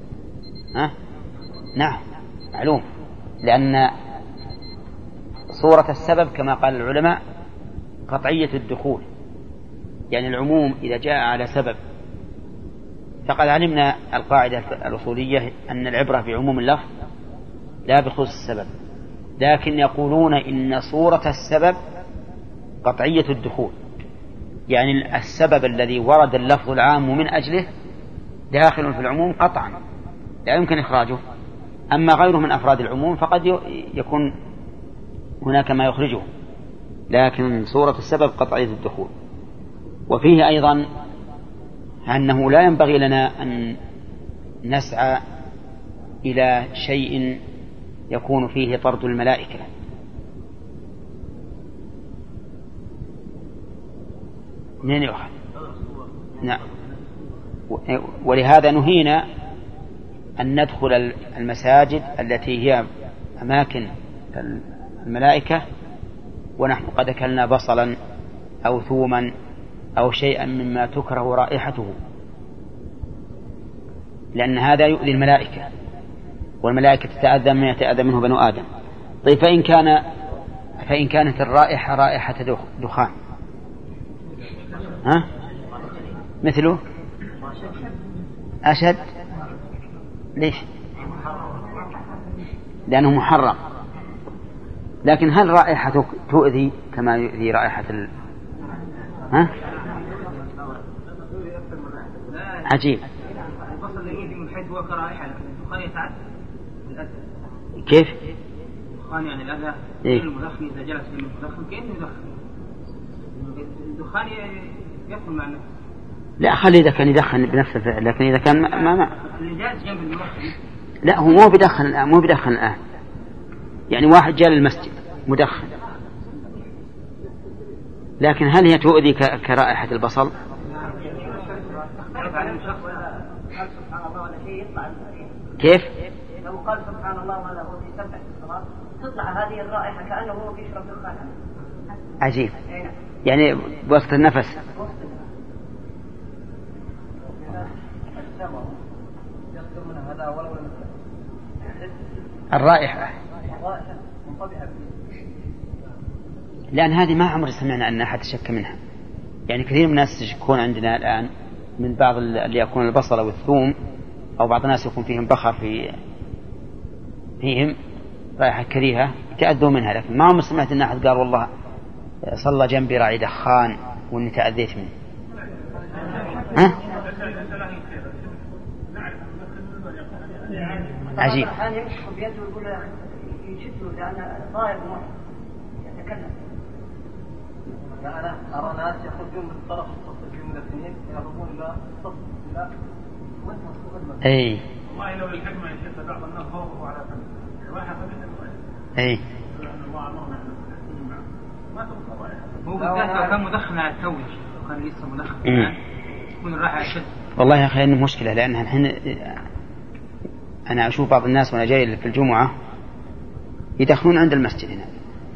نعم معلوم، لأن صورة السبب كما قال العلماء قطعية الدخول، يعني العموم إذا جاء على سبب. فقد علمنا القاعدة الأصولية أن العبرة بعموم اللفظ لا بخصوص السبب، لكن يقولون إن صورة السبب قطعية الدخول، يعني السبب الذي ورد اللفظ العام من أجله داخل في العموم قطعا لا يمكن إخراجه. أما غيره من أفراد العموم فقد يكون هناك ما يخرجه، لكن صورة السبب قطعية الدخول. وفيه أيضا أنه لا ينبغي لنا أن نسعى إلى شيء يكون فيه طرد الملائكة. منين يؤخذ؟ نعم. ولهذا نهينا أن ندخل المساجد التي هي أماكن الملائكة ونحن قد أكلنا بصلا أو ثوما أو شيئا مما تكره رائحته، لأن هذا يؤذي الملائكة، والملائكة تتأذى مما يتأذى منه بنو آدم. طيب فإن كانت الرائحة رائحة دخان مثله أشد. ليش؟ لأنه محرم. لكن هل رائحة تؤذي كما يؤذي رائحة عجيب. كيف؟ الدخان يعني الأذى المدخن إذا جلس في المدخن كأنه يدخن. الدخان يدخل مع النفس. لا خلي إذا كان يدخن بنفس الفعل، لكن إذا كان ما الجالس جنب المدخن. لا هو مو بدخن الآن، يعني واحد جاء للمسجد مدخن، لكن هل هي تؤذي كرائحة البصل؟ كيف؟ لو قال سبحان الله ولا هو في سبح الصلاة تطلع هذه الرائحة كأنه هو بيشرب دخان. عجيب، يعني بوسط النفس. الرائحة لأن هذه ما عمر سمعنا أن أحد شك منها. يعني كثير من الناس يشكون عندنا الآن من بعض اللي يكون البصل والثوم، أو بعض الناس يكون فيهم بخر فيهم رائحة كريهة يتأذوا منها، لكن ما عمر سمعت أن أحد قال والله صلى جنبي راعي دخان وإني تأذيت منه. عجيب. أنا أرى ناس يخرجون من طرف الصف من الاثنين يهربون إلى الصف لا أي والله لو الحكمة يشد بعض الناس فوقه على فم الرائحة فمن أي هو بالذات كان مدخن على التوج وكان لسه مدخن يكون الرائحة أشد. والله يا أخي إنه مشكلة، لأنها الحين أنا أشوف بعض الناس وأنا جاي في الجمعة يدخلون عند المسجد هنا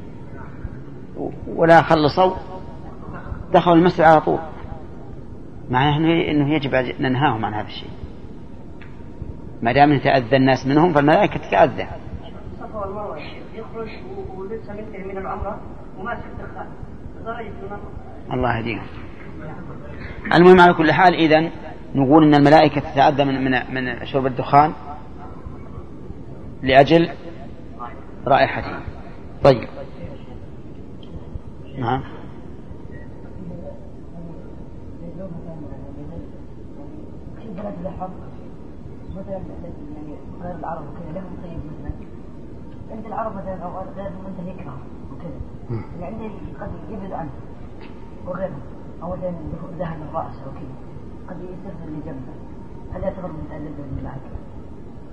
ولا خلصوا دخلوا المسجد على طول، معناه أنه يجب أن ننهاهم عن هذا الشيء. ما دام يتأذى الناس منهم فالملائكة تتأذى. الصفا والمروة يخرج ولسه منتهي من العمرة وماسك دخان لدرجة الله يهديهم. المهم على كل حال إذن نقول إن الملائكة تتأذى من شرب الدخان لأجل رائحته. طيب نعم. غير العرب وكذا لهم طيب مثلا عند العرب مثلا أو غيرهم أنت يكره وكذا يعني عندي قد يبعد عنه وغيرهم أو ذهن الرأس وكذا قد يستفزل اللي جنبه، هل يعتبر متألف بالملائكة؟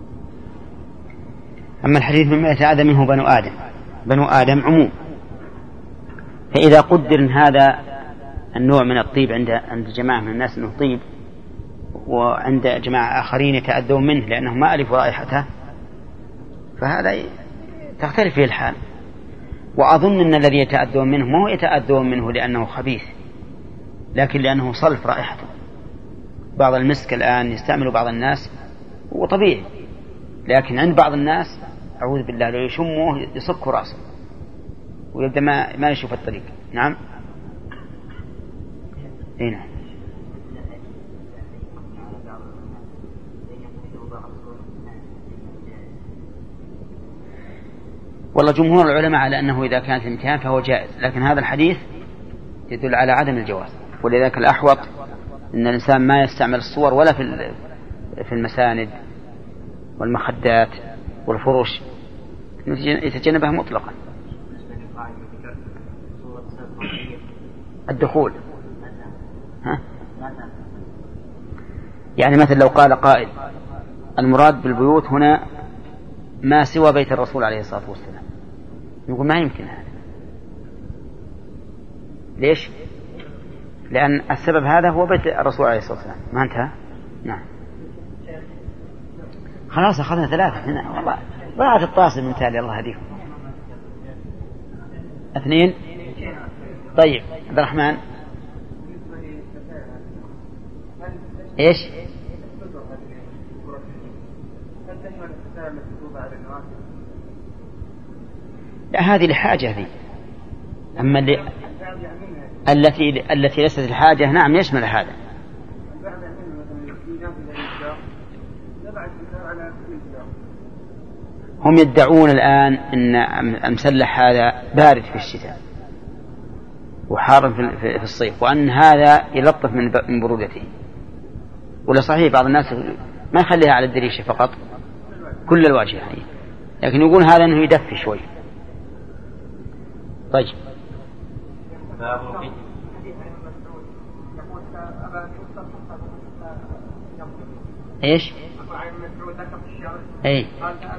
أما الحديث مما يتعاذى منه بنو آدم عموم. فإذا قدر إن هذا النوع من الطيب عند جماعة من الناس أنه طيب، وعند جماعة آخرين يتأذون منه لأنهم ما ألفوا رائحته، فهذا تختلف فيه الحال. وأظن أن الذي يتأذون منه ما هو يتأذون منه لأنه خبيث، لكن لأنه صلف رائحته. بعض المسك الآن يستعمل بعض الناس وطبيعي، لكن عند بعض الناس أعوذ بالله لو يشمه يصك رأسه ويبدأ ما يشوف الطريق. نعم. هنا والله جمهور العلماء على أنه إذا كانت الامتهان فهو جائز، لكن هذا الحديث يدل على عدم الجواز. ولذلك الأحوط أن الإنسان ما يستعمل الصور ولا في المساند والمخدات والفرش، يتجنبها مطلقا. الدخول يعني مثل لو قال قائل المراد بالبيوت هنا ما سوى بيت الرسول عليه الصلاة والسلام، نقول ما يمكن هذا. ليش؟ لأن السبب هذا هو بيت الرسول عليه الصلاة والسلام. ما انتهى؟ نعم. خلاص أخذنا 3 هنا، والله ضاعت الطاسة من تالي. الله هديكم. 2. طيب عبد الرحمن ايش؟ لا هذه لحاجة ذي. أما التي ليست الحاجة نعم يشمل هذا. هم يدعون الآن أن المسلح هذا بارد في الشتاء وحار في الصيف، وأن هذا يلطف من برودته. ولا صحيح بعض الناس ما يخليها على الدريشة فقط، كل الواجهة، لكن يقول هذا أنه يدفي شوي. طيب ايش؟ اي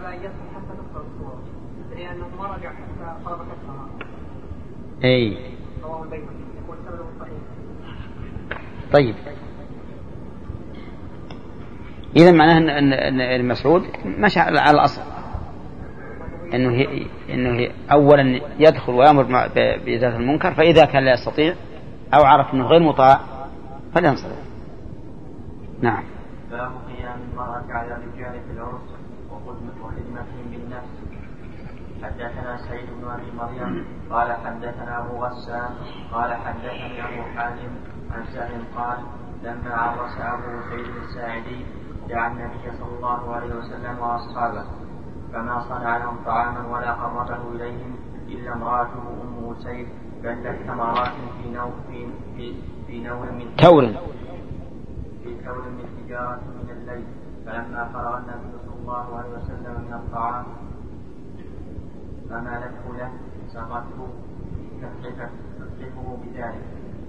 اي طيب إذا معناه أن المسعود مشى على الأصل أنه أولا يدخل ويأمر بإزالة المنكر، فإذا كان لا يستطيع أو عرف أنه غير مطاع فلينصرف. نعم. باب قيام المرأة على الرجال في العرس وخدمتهم بالنفس. حدثنا سعيد بن أبي مريم قال حدثنا أبو غسان قال حدثني أبو حازم عن سهل قال لما عرس أبو سعيد الساعدي دعا النبي صلى الله عليه وسلم وأصحابه، فما صنع لهم طعاما ولا قربه إليهم إلا امرأته أم سيد بلت تمرات في نور من حجارة من الليل. فلما فرغ النبي صلى الله عليه وسلم من الطعام فمالته له سقته تكتفه بذلك.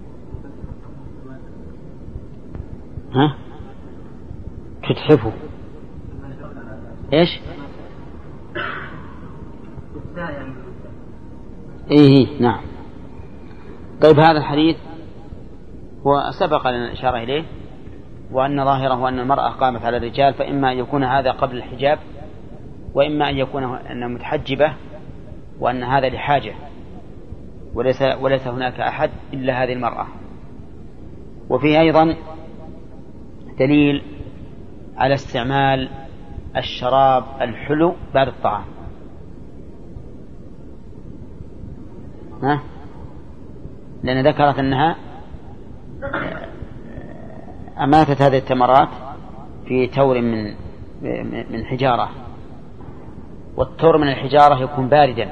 تتحفه ايش؟ ايه نعم. طيب هذا الحديث وسبق لنا الإشارة إليه، وأن ظاهره أن المرأة قامت على الرجال، فإما أن يكون هذا قبل الحجاب، وإما أن يكون أنها متحجبة وأن هذا لحاجة، وليس هناك أحد إلا هذه المرأة. وفيه أيضا دليل على استعمال الشراب الحلو بعد الطعام. لأن ذكرت أنها أماتت هذه التمرات في تور من حجارة، والتور من الحجارة يكون باردا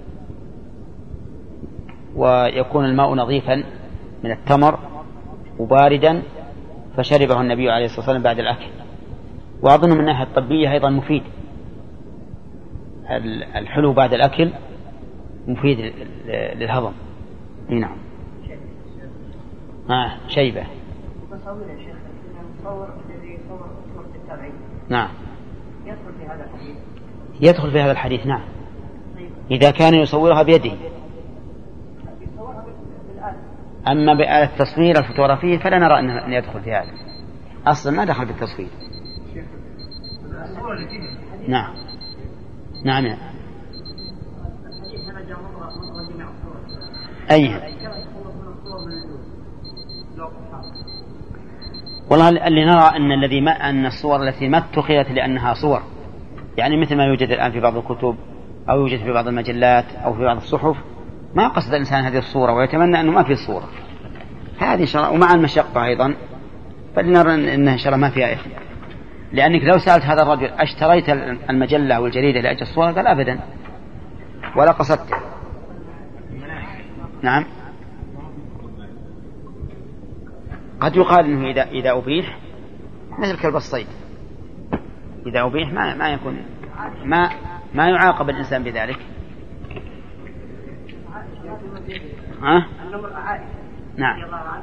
ويكون الماء نظيفا من التمر وباردا، فشربه النبي عليه الصلاة والسلام بعد الأكل. وأظن من الناحية الطبية أيضا مفيد، الحلو بعد الأكل مفيد للهضم. نعم. شيبة. المصور الذي يصور صورة التابعين. نعم. يدخل في هذا الحديث. يدخل في هذا الحديث نعم، إذا كان يصورها بيده. أما بآلة التصوير الفوتوغرافية فلا نرى أن يدخل في هذا، أصلا ما دخل بالتصوير. نعم نعم. أيها والله اللي نرى أن الصور التي ما اتخذت لأنها صور، يعني مثل ما يوجد الآن في بعض الكتب أو يوجد في بعض المجلات أو في بعض الصحف، ما قصد الإنسان هذه الصورة ويتمنى أنه ما في صورة هذه إن شاء الله، ومع المشقة أيضا فلنرى أنها إن شاء الله ما فيها إثم. لأنك لو سألت هذا الرجل أشتريت المجلة أو الجريدة لأجل الصورة؟ قال أبدا ولا قصدت. نعم. قد يقال أنه إذا أبيح مثل كلب الصيد، إذا أبيح ما يكون ما يعاقب الإنسان بذلك. نعم.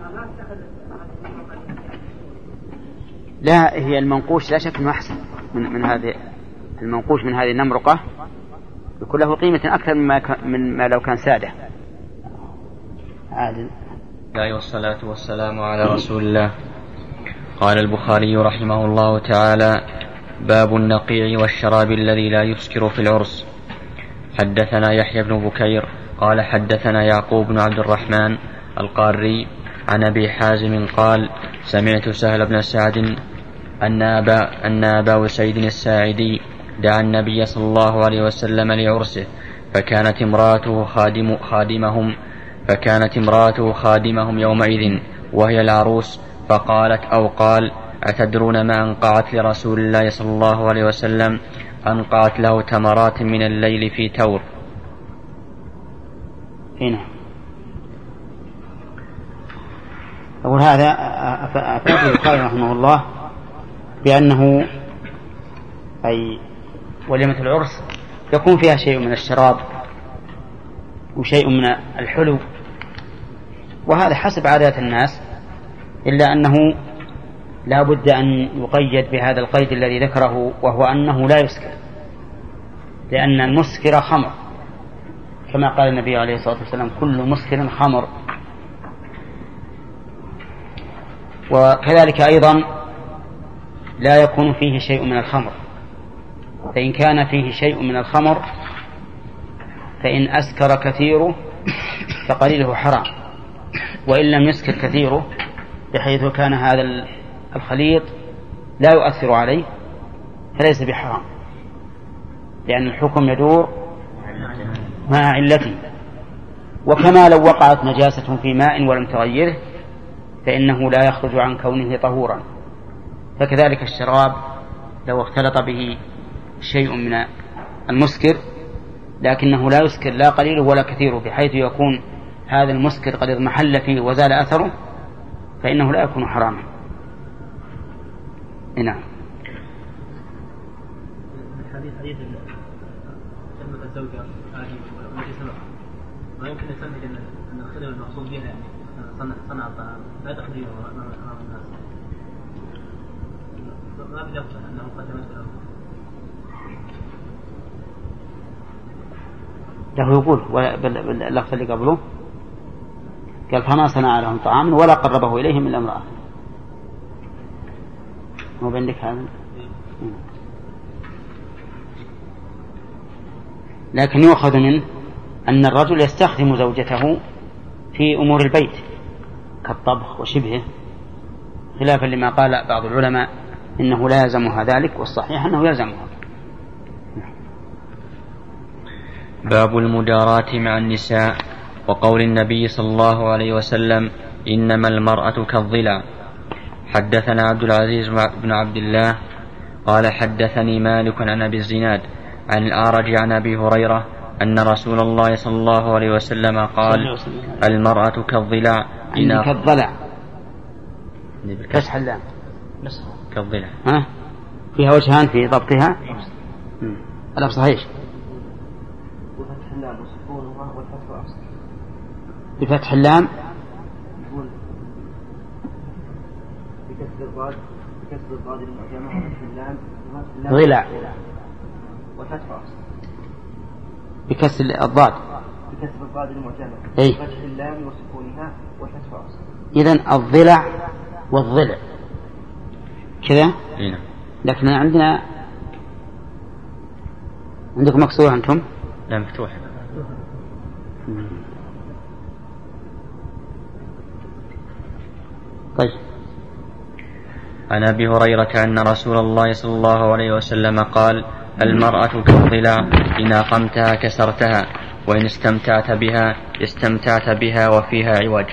لا، هي المنقوش لا شك انه احسن من هذه المنقوش من هذه النمرقة، يكون له قيمة أكثر مما لو كان سادة. عادل. والصلاة والسلام على رسول الله. قال البخاري رحمه الله تعالى: باب النقيع والشراب الذي لا يسكر في العرس. حدثنا يحيى بن بكير قال حدثنا يعقوب بن عبد الرحمن القاري عن أبي حازم قال: سمعت سهل بن سعد أن أبا سيد الساعدي دعا النبي صلى الله عليه وسلم لعرسه، فكانت امراته خادمهم يومئذ وهي العروس، فقالت أو قال: أتدرون ما أنقعت لرسول الله صلى الله عليه وسلم؟ أنقعت له تمرات من الليل في تور. هنا أقول هذا أفاد البخاري رحمه الله بأنه أي وليمة العرس يكون فيها شيء من الشراب وشيء من الحلو، وهذا حسب عادات الناس، إلا أنه لا بد أن يقيد بهذا القيد الذي ذكره، وهو أنه لا يسكر، لأن المسكر خمر، كما قال النبي عليه الصلاة والسلام: كل مسكر خمر. وكذلك أيضا لا يكون فيه شيء من الخمر، فإن كان فيه شيء من الخمر فإن أسكر كثيره فقليله حرام، وإن لم يسكر كثيره بحيث كان هذا الخليط لا يؤثر عليه فليس بحرام، لأن الحكم يدور مع علته. وكما لو وقعت نجاسة في ماء ولم تغيره فإنه لا يخرج عن كونه طهورا، فكذلك الشراب لو اختلط به شيء من المسكر لكنه لا يسكر لا قليله ولا كثيره بحيث يكون هذا المسكر قد اضمحل فيه وزال أثره فإنه لا يكون حراما. نعم. حديث كلمة الزوجة هذه والتي سبق ما يمكن نسمي أن الخدمة المقصود بها يعني صنع الطعام لا تخديره أمام الناس، ما بلفظ أنه قدمت له يقول باللفظ اللي قبله قال: فما صنع لهم طعام ولا قربه إليهم إلا امرأة. مو بينك هذا؟ لكن يؤخذ منه أن الرجل يستخدم زوجته في أمور البيت كالطبخ وشبهه، خلافا لما قال بعض العلماء إنه لا يلزمها ذلك، والصحيح أنه يلزمها. باب المداراة مع النساء وقول النبي صلى الله عليه وسلم: إنما المرأة كالضلع. حدثنا عبد العزيز بن عبد الله قال حدثني مالك عن أبي الزناد عن الأعرج عن أبي هريرة أن رسول الله صلى الله عليه وسلم قال: المرأة كالضلع. كالضلع كسح اللام كالضلع فيها وجهان في ضبطها. هذا صحيح. بفتح اللام بكسر الضاد المعجمة وفتح اللام ضلع. والفتح أصل بكسر الضاد المعجمة أي فتح اللام وسكونها والفتح أصل. إذن الضلع والضلع كذا. لكن عندنا عندكم مكسورة أنتم؟ لا مفتوح. طيب. عن أبي هريرة أن رسول الله صلى الله عليه وسلم قال: المرأة كالضلع إن أقمتها كسرتها وإن استمتعت بها وفيها عوج.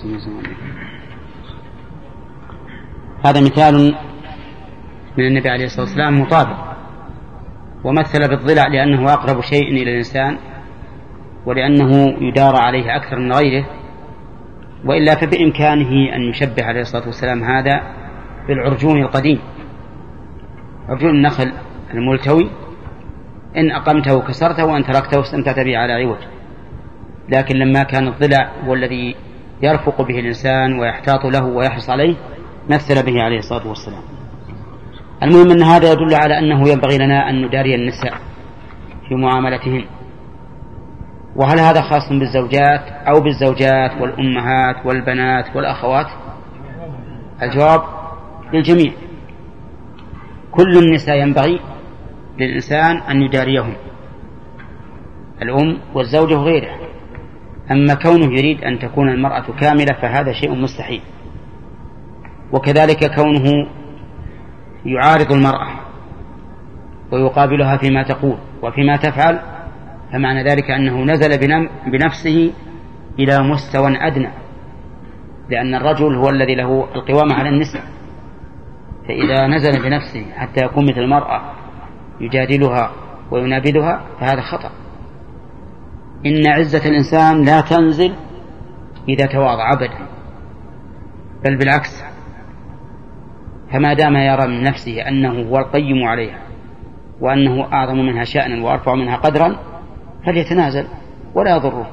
هذا مثال من النبي عليه الصلاة والسلام مطابق، ومثل بالضلع لأنه أقرب شيء إلى الإنسان ولأنه يدار عليه أكثر من غيره، وإلا فبإمكانه أن يشبه عليه الصلاة والسلام هذا بالعرجون القديم، عرجون النخل الملتوي، إن أقمته كسرته وإن تركته استمتعت به على عوج. لكن لما كان الضلع هو الذي يرفق به الإنسان ويحتاط له ويحرص عليه مثل به عليه الصلاة والسلام. المهم أن هذا يدل على أنه ينبغي لنا أن نداري النساء في معاملتهن. وهل هذا خاص بالزوجات أو بالزوجات والأمهات والبنات والأخوات؟ الجواب للجميع. كل النساء ينبغي للإنسان أن يداريهم، الأم والزوجة وغيرها. أما كونه يريد أن تكون المرأة كاملة فهذا شيء مستحيل. وكذلك كونه يعارض المرأة ويقابلها فيما تقول وفيما تفعل، فمعنى ذلك أنه نزل بنفسه إلى مستوى أدنى، لأن الرجل هو الذي له القوامة على النساء، فإذا نزل بنفسه حتى يكون مثل المرأة يجادلها وينابذها فهذا خطأ. إن عزة الإنسان لا تنزل إذا تواضع أبدا، بل بالعكس، فما دام يرى من نفسه أنه هو القيم عليها وأنه أعظم منها شأنا وأرفع منها قدرا فليتنازل ولا يضره.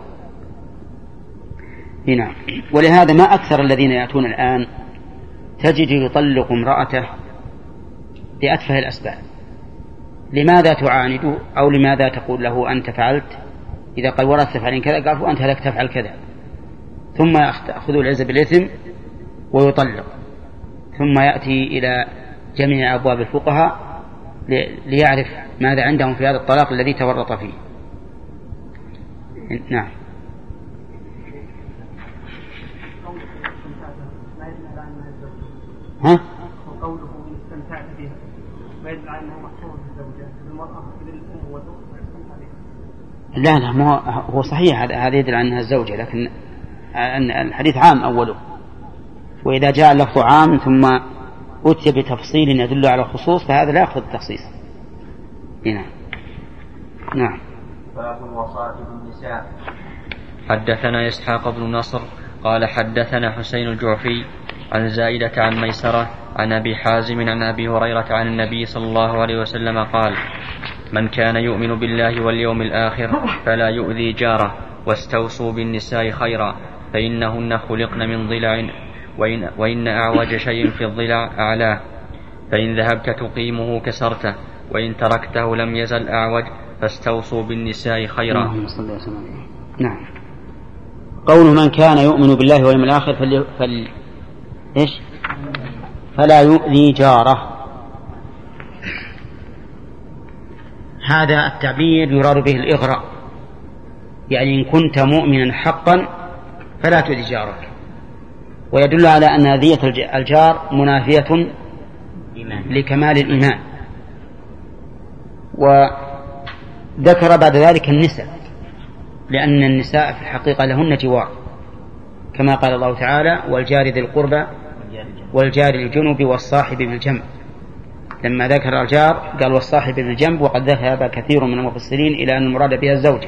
هنا ولهذا ما أكثر الذين يأتون الآن تجد يطلق امرأته لأتفه الأسباب. لماذا تعاند أو لماذا تقول له أنت فعلت؟ إذا قال ورثت تفعلين كذا قال وأنت لك تفعل كذا، ثم يأخذ العزة بالإثم ويطلق، ثم يأتي إلى جميع أبواب الفقهاء ليعرف ماذا عندهم في هذا الطلاق الذي تورط فيه. نعم. ها؟ وقوله إن استمتعت بها ما يدل على أنه محصور بالزوجة المرأة للأم والأخت استمتع بها. لا هو صحيح هذا يدل على أنها الزوجة، لكن الحديث عام أوله، وإذا جاء اللفظ عام ثم أتي بتفصيل يدل على الخصوص فهذا لا يأخذ التخصيص. هنا. نعم. باب الوصاة بالنساء. حدثنا إسحاق بن نصر قال حدثنا حسين الجعفي عن زائدة عن ميسرة عن أبي حازم عن أبي هريرة عن النبي صلى الله عليه وسلم قال: من كان يؤمن بالله واليوم الآخر فلا يؤذي جاره، واستوصوا بالنساء خيرا فإنهن خلقن من ضلع، وإن أعوج شيء في الضلع أعلاه، فإن ذهبت تقيمه كسرته، وإن تركته لم يزل أعوج، فاستوصوا بالنساء خيرا. نعم. قوله من كان يؤمن بالله واليوم الآخر فلا يؤذي جاره، هذا التعبير يراد به الإغراء، يعني إن كنت مؤمنا حقا فلا تؤذي جارك، ويدل على أن أذية الجار منافية لكمال الإيمان. وذكر بعد ذلك النساء، لأن النساء في الحقيقة لهن جوار، كما قال الله تعالى: والجار ذي القربى والجار الجنب والصاحب بالجنب. لما ذكر الجار قال والصاحب بالجنب، وقد ذهب كثير من المفسرين إلى أن المراد بها الزوجة،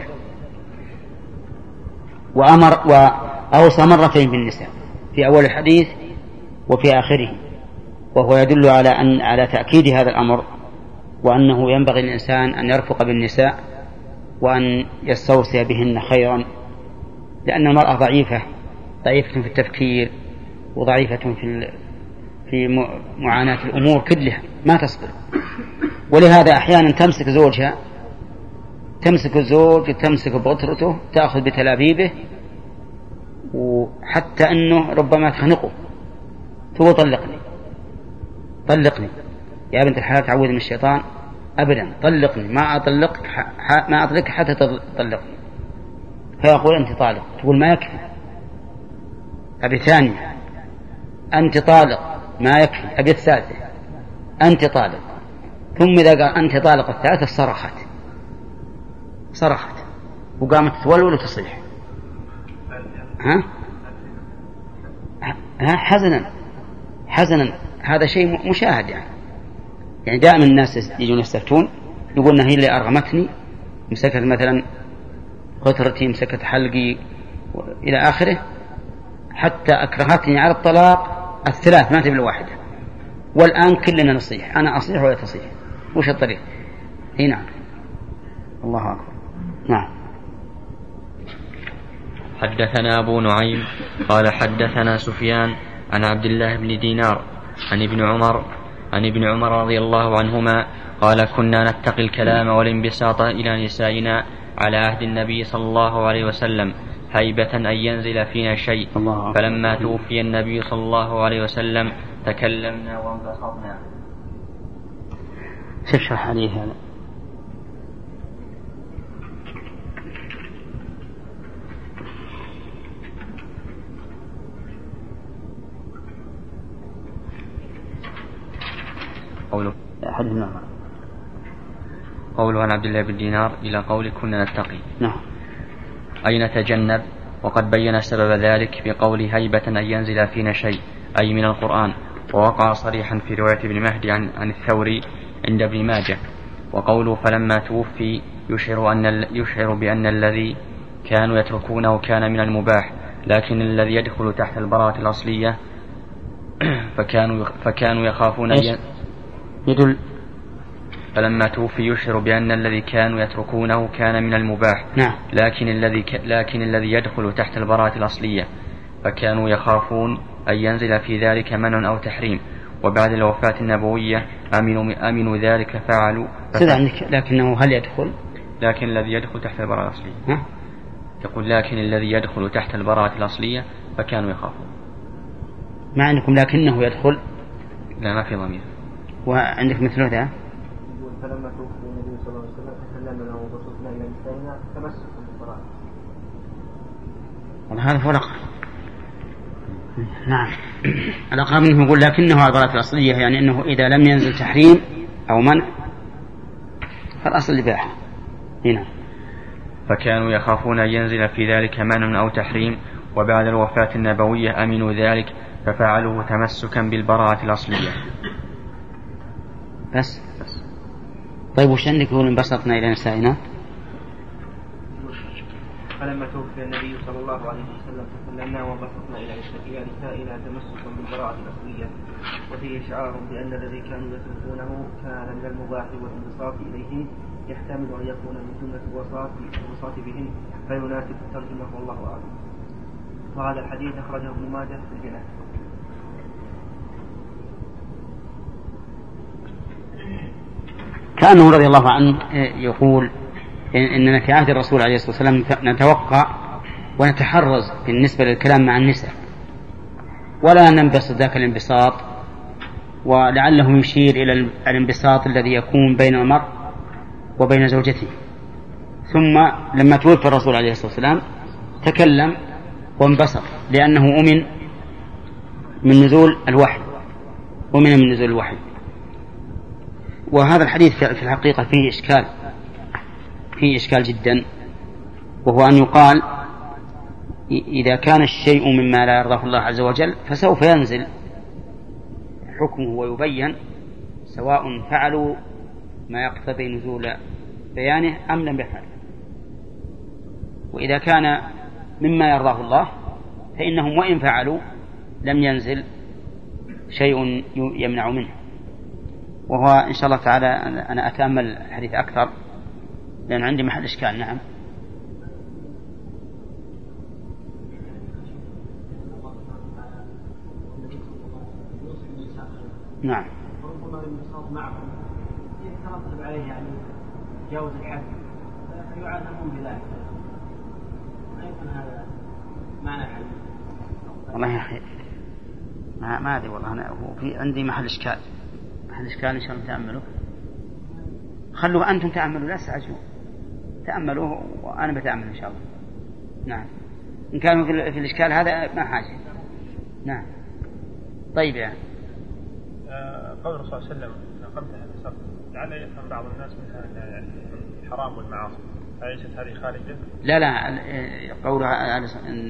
وأوصى مرتين بالنساء في أول الحديث وفي آخره، وهو يدل على تأكيد هذا الأمر، وأنه ينبغي للإنسان أن يرفق بالنساء وأن يستوصي بهن خيرا، لأن المرأة ضعيفة في التفكير، وضعيفة في معاناة الأمور كلها، ما تصبر. ولهذا أحيانا تمسك زوجها، تمسك الزوج تمسك بغترته، تأخذ بتلابيبه، وحتى أنه ربما تخنقه، تقول طلقني طلقني يا بنت الحلال، تعوذ من الشيطان، أبدا طلقني، ما أطلقك حتى تطلقني. فيقول أنت طالق، تقول ما يكفي، أبي ثانية، أنت طالق، ما يكفي، أبي الثالثة، أنت طالق. ثم إذا قال أنت طالق الثالثة صرخت وقامت تولول وتصيح، حزنا. هذا شيء مشاهد يعني دائما الناس يجون يستفتون، يقولون هي اللي أرغمتني، مسكت مثلا غترتي، مسكت حلقي إلى آخره، حتى أكرهتني على الطلاق الثلاث، ما تبي الواحدة، والآن كلنا نصيح، أنا أصيح ولا تصيح، وش الطريق؟ نعم. الله أكبر. نعم. حدثنا أبو نعيم قال حدثنا سفيان عن عبد الله بن دينار عن ابن عمر رضي الله عنهما قال كنا نتقي الكلام والانبساط إلى نسائنا على عهد النبي صلى الله عليه وسلم هيبة أن ينزل فينا شيء، فلما توفي النبي صلى الله عليه وسلم تكلمنا وانبسطنا. تشرح عليه هذا؟ قوله عن عبد الله بن دينار إلى قول كنا نتقي. نعم. أي نتجنب، وقد بين سبب ذلك بقول هيبة أن ينزل فينا شيء، أي من القرآن، ووقع صريحا في رواية ابن مهدي عن الثوري عند ابن ماجه. وقوله فلما توفي يشعر بأن الذي كانوا يتركونه كان من المباح، لكن الذي يدخل تحت البراءة الأصلية فكانوا يخافون يدل. فلما توفي يشعر بأن الذي كانوا يتركونه كان من المباح. نعم. لكن الذي يدخل تحت البراءة الأصلية فكانوا يخافون أن ينزل في ذلك منع أو تحريم، وبعد الوفاة النبوية أمنوا ذلك فعلوا. لكنه هل يدخل؟ لكن الذي يدخل تحت البراءة الأصلية. تقول لكن الذي يدخل تحت البراءة الأصلية فكانوا يخافون. ما عندكم لكنه يدخل؟ لا، ما في ضمير. وعندك مثله ده؟ فلما توفي النبي صلى الله عليه وسلم تكلمنا وبسطنا إلى نسائنا تمسكوا بالبراءة. والله هذا هو الأقرب. نعم. الأقرب منه يقول لكنه على البراءة الأصلية، يعني أنه إذا لم ينزل تحريم أو منع فالأصل الإباحة. هنا فكانوا يخافون أن ينزل في ذلك منع أو تحريم، وبعد الوفاة النبوية أمنوا ذلك ففعلوه تمسكا بالبراءة الأصلية. بس. طيب وش عندك يقول انبسطنا إلى نسائنا؟ فلما توفي النبي صلى الله عليه وسلم تكلمنا وانبسطنا إلى نسائنا تمسكا بالبراءة الأصلية، وفيه إشعار بأن الذي كانوا يتركونه كان من المباح، والانبساط إليه يحتمل أن يكون من جملة الوساط بهم، فيناسب الترجمة والله أعلم. وهذا الحديث أخرجه ابن ماجه في الجنة. كأنه رضي الله عنه يقول إننا في عهد الرسول عليه الصلاة والسلام نتوقع ونتحرز بالنسبة للكلام مع النساء، ولا ننبسط ذاك الانبساط، ولعله يشير إلى الانبساط الذي يكون بين المرء وبين زوجته. ثم لما توفى الرسول عليه الصلاة والسلام تكلم وانبسط، لأنه أمن من نزول الوحي، وهذا الحديث في الحقيقة فيه إشكال جدا، وهو أن يقال إذا كان الشيء مما لا يرضاه الله عز وجل فسوف ينزل حكمه ويبين، سواء فعلوا ما يقتضي نزول بيانه أم لم يفعلوا. وإذا كان مما يرضاه الله فإنهم وإن فعلوا لم ينزل شيء يمنع منه. وهو إن شاء الله تعالى أنا أتأمل الحديث أكثر لأن عندي محل إشكال. نعم. نعم. يترتب عليه يعني تجاوز الحد فيعاقبون بذلك. ما يكون هذا معنى الحديث. والله يا أخي ما أدري والله، أنا في عندي محل إشكال إن شاء الله تأملوا، خلوه أنتم تأملوا لا تستعجلوا، تأملوه وأنا بتأمل إن شاء الله. نعم إن كانوا في الإشكال هذا ما حاجة. نعم طيب يعني قول الرسول صلى الله عليه وسلم قمتها بسر لعل يفهم بعض الناس منها يعني الحرام والمعاصي، أليست هذه خارجة؟ لا قولها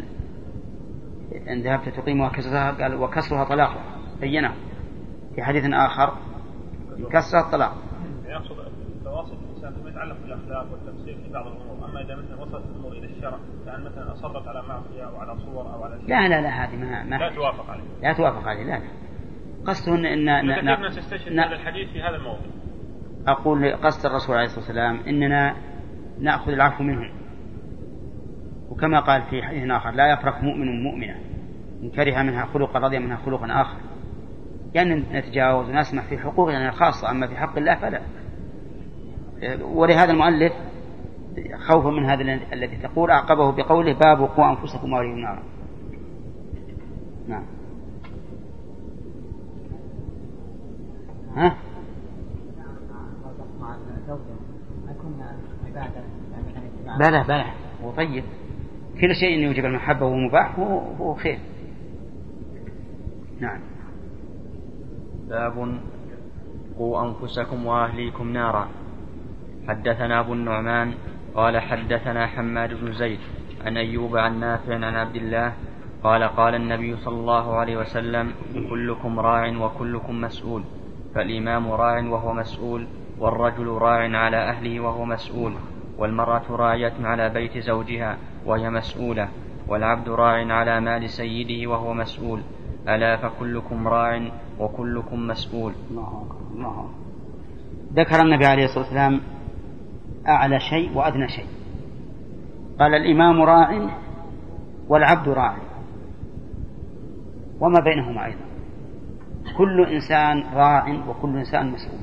إن ذهبت تقيم وكسرها قال وكسرها طلاق بينه في حديث آخر كسرها الطلاق. يقصد تواصل الإنسان فيما يتعلق بالأخلاق والتفسير في بعض الأمور، أما إذا مثلا وصلت الأمور إلى الشرع كأن مثلا أصرت على معصية أو على صور أو على شيء لا هذه ما لا توافق عليه. لا قصده كثير من تستشهد هذا الحديث في هذا الموضوع. أقول قصد الرسول عليه الصلاة والسلام إننا نأخذ العفو منهم، وكما قال في حديث آخر لا يفرق مؤمن مؤمنة إن كره منها خلقا رضي منها خلقا آخر، يعني نتجاوز ونسمح في حقوقنا الخاصة، أما في حق الله فلا. ولهذا المؤلف خوفا من هذا الذي تقول أعقبه بقوله باب قوا أنفسكم وأهليكم نارا. نعم ها بلى هو طيب، كل شيء يوجب المحبة ومباح هو خير. نعم باب قوا أنفسكم وأهليكم نارا. حدثنا أبو النعمان قال حدثنا حماد بن زيد عن أيوب عن نافع عن عبد الله قال قال النبي صلى الله عليه وسلم كلكم راع وكلكم مسؤول، فالإمام راع وهو مسؤول، والرجل راع على أهله وهو مسؤول، والمرأة راعية على بيت زوجها وهي مسؤولة، والعبد راع على مال سيده وهو مسؤول، ألا فكلكم راع وكلكم مسؤول. الله. ذكر النبي عليه الصلاة والسلام أعلى شيء وأدنى شيء، قال الإمام راع والعبد راع وما بينهما أيضا، كل إنسان راع وكل إنسان مسؤول.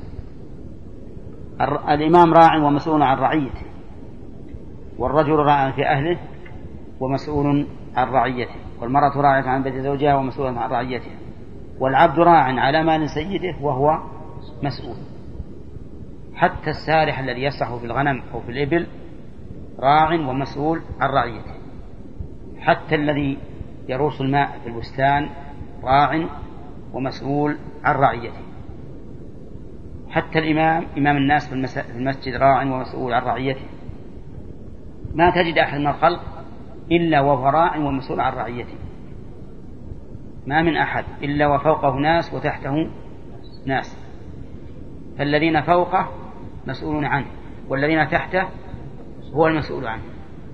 الإمام راع ومسؤول عن رعيته، والرجل راع في أهله ومسؤول عن رعيته، والمرأة راعية عن بيت زوجها ومسؤول عن رعيتها، والعبد راع على مال سيده وهو مسؤول. حتى السارح الذي يسرح في الغنم أو في الإبل راع ومسؤول عن رعيته، حتى الذي يروس الماء في البستان راع ومسؤول عن رعيته، حتى إمام الناس في المسجد راع ومسؤول عن رعيته. ما تجد أحد من الخلق إلا وهو راع ومسؤول عن رعيته، ما من أحد إلا وفوقه ناس وتحته ناس، فالذين فوقه مسؤولون عنه والذين تحته هو المسؤول عنه.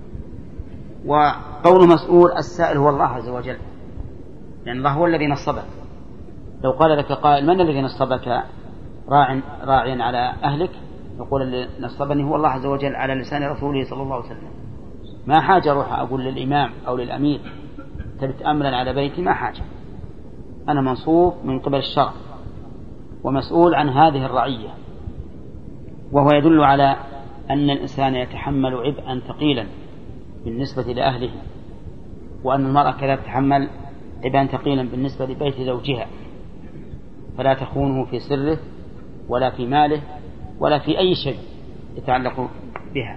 وقول مسؤول السائل هو الله عز وجل، لأن الله هو الذي نصبك. لو قال لك قائل من الذي نصبك راعيا على أهلك، يقول اللي نصبني هو الله عز وجل على لسان رسوله صلى الله عليه وسلم. ما حاجة أروح أقول للإمام أو للأمير تبت أمرا على بيتي، ما حاجة، أنا منصوب من قبل الشرع ومسؤول عن هذه الرعية. وهو يدل على أن الإنسان يتحمل عبئا ثقيلا بالنسبة لأهله، وأن المرأة كذلك تتحمل عبئا ثقيلا بالنسبة لبيت زوجها، فلا تخونه في سره ولا في ماله ولا في أي شيء يتعلق بها.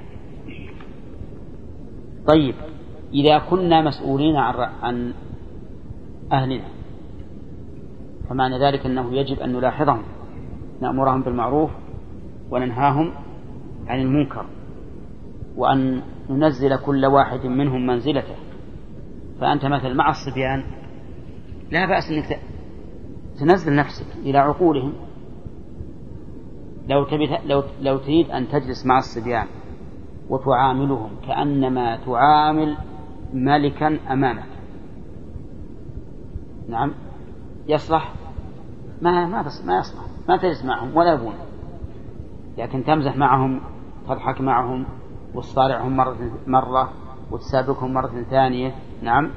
طيب، إذا كنا مسؤولين عن أهلنا فمعنى ذلك أنه يجب أن نلاحظهم، نأمرهم بالمعروف وننهاهم عن المنكر، وأن ننزل كل واحد منهم منزلته. فأنت مثل مع الصبيان لا بأس أنك تنزل نفسك إلى عقولهم. لو تريد أن تجلس مع الصبيان وتعاملهم كأنما تعامل ملكا أمامك، نعم يصلح؟ ما يصلح، ما تجلس معهم ولا يبون، لكن تمزح معهم، تضحك معهم، وتصارعهم مرة وتسابقهم مرة ثانية. نعم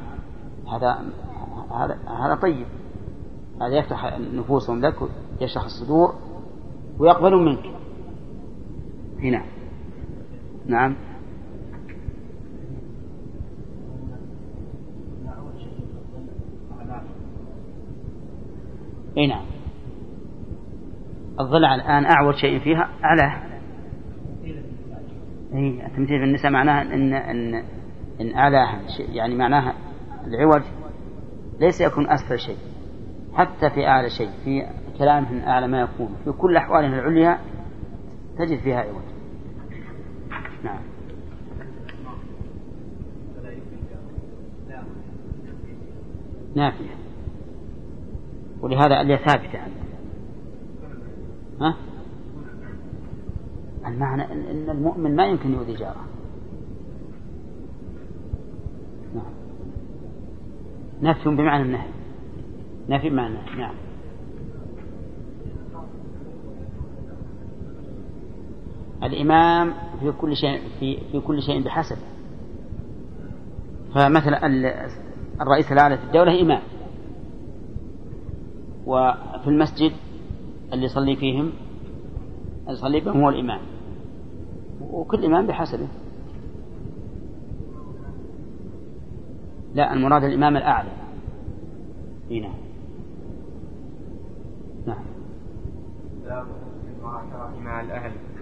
هذا طيب، هذا يفتح نفوسهم لك ويشرح الصدور ويقبلون منك. هنا. نعم. نعم. الضلع الآن أعود شيء فيها أعلاه. التمثيل في النساء معناها إن أعلاه يعني معناها العوج ليس يكون أسفل شيء، حتى في أعلى شيء، في كلامهن أعلى ما يكون، في كل أحوالهن العليا تجد فيها عوج. نعم. نافية، ولهذا اليا ثابتة عنه. ها؟ المعنى إن المؤمن ما يمكن يؤذي جاره. نعم. نفي بمعنى النهي، نفي بمعنى النهي. نعم. الإمام في كل شيء في كل شيء بحسب. فمثلا الرئيس الأعلى في الدولة إمام، وفي المسجد اللي يصلي فيهم يصلي بهم هو الإمام، وكل إمام بحسبه. لا، المراد الإمام الأعلى. هنا. نعم. مع الأهل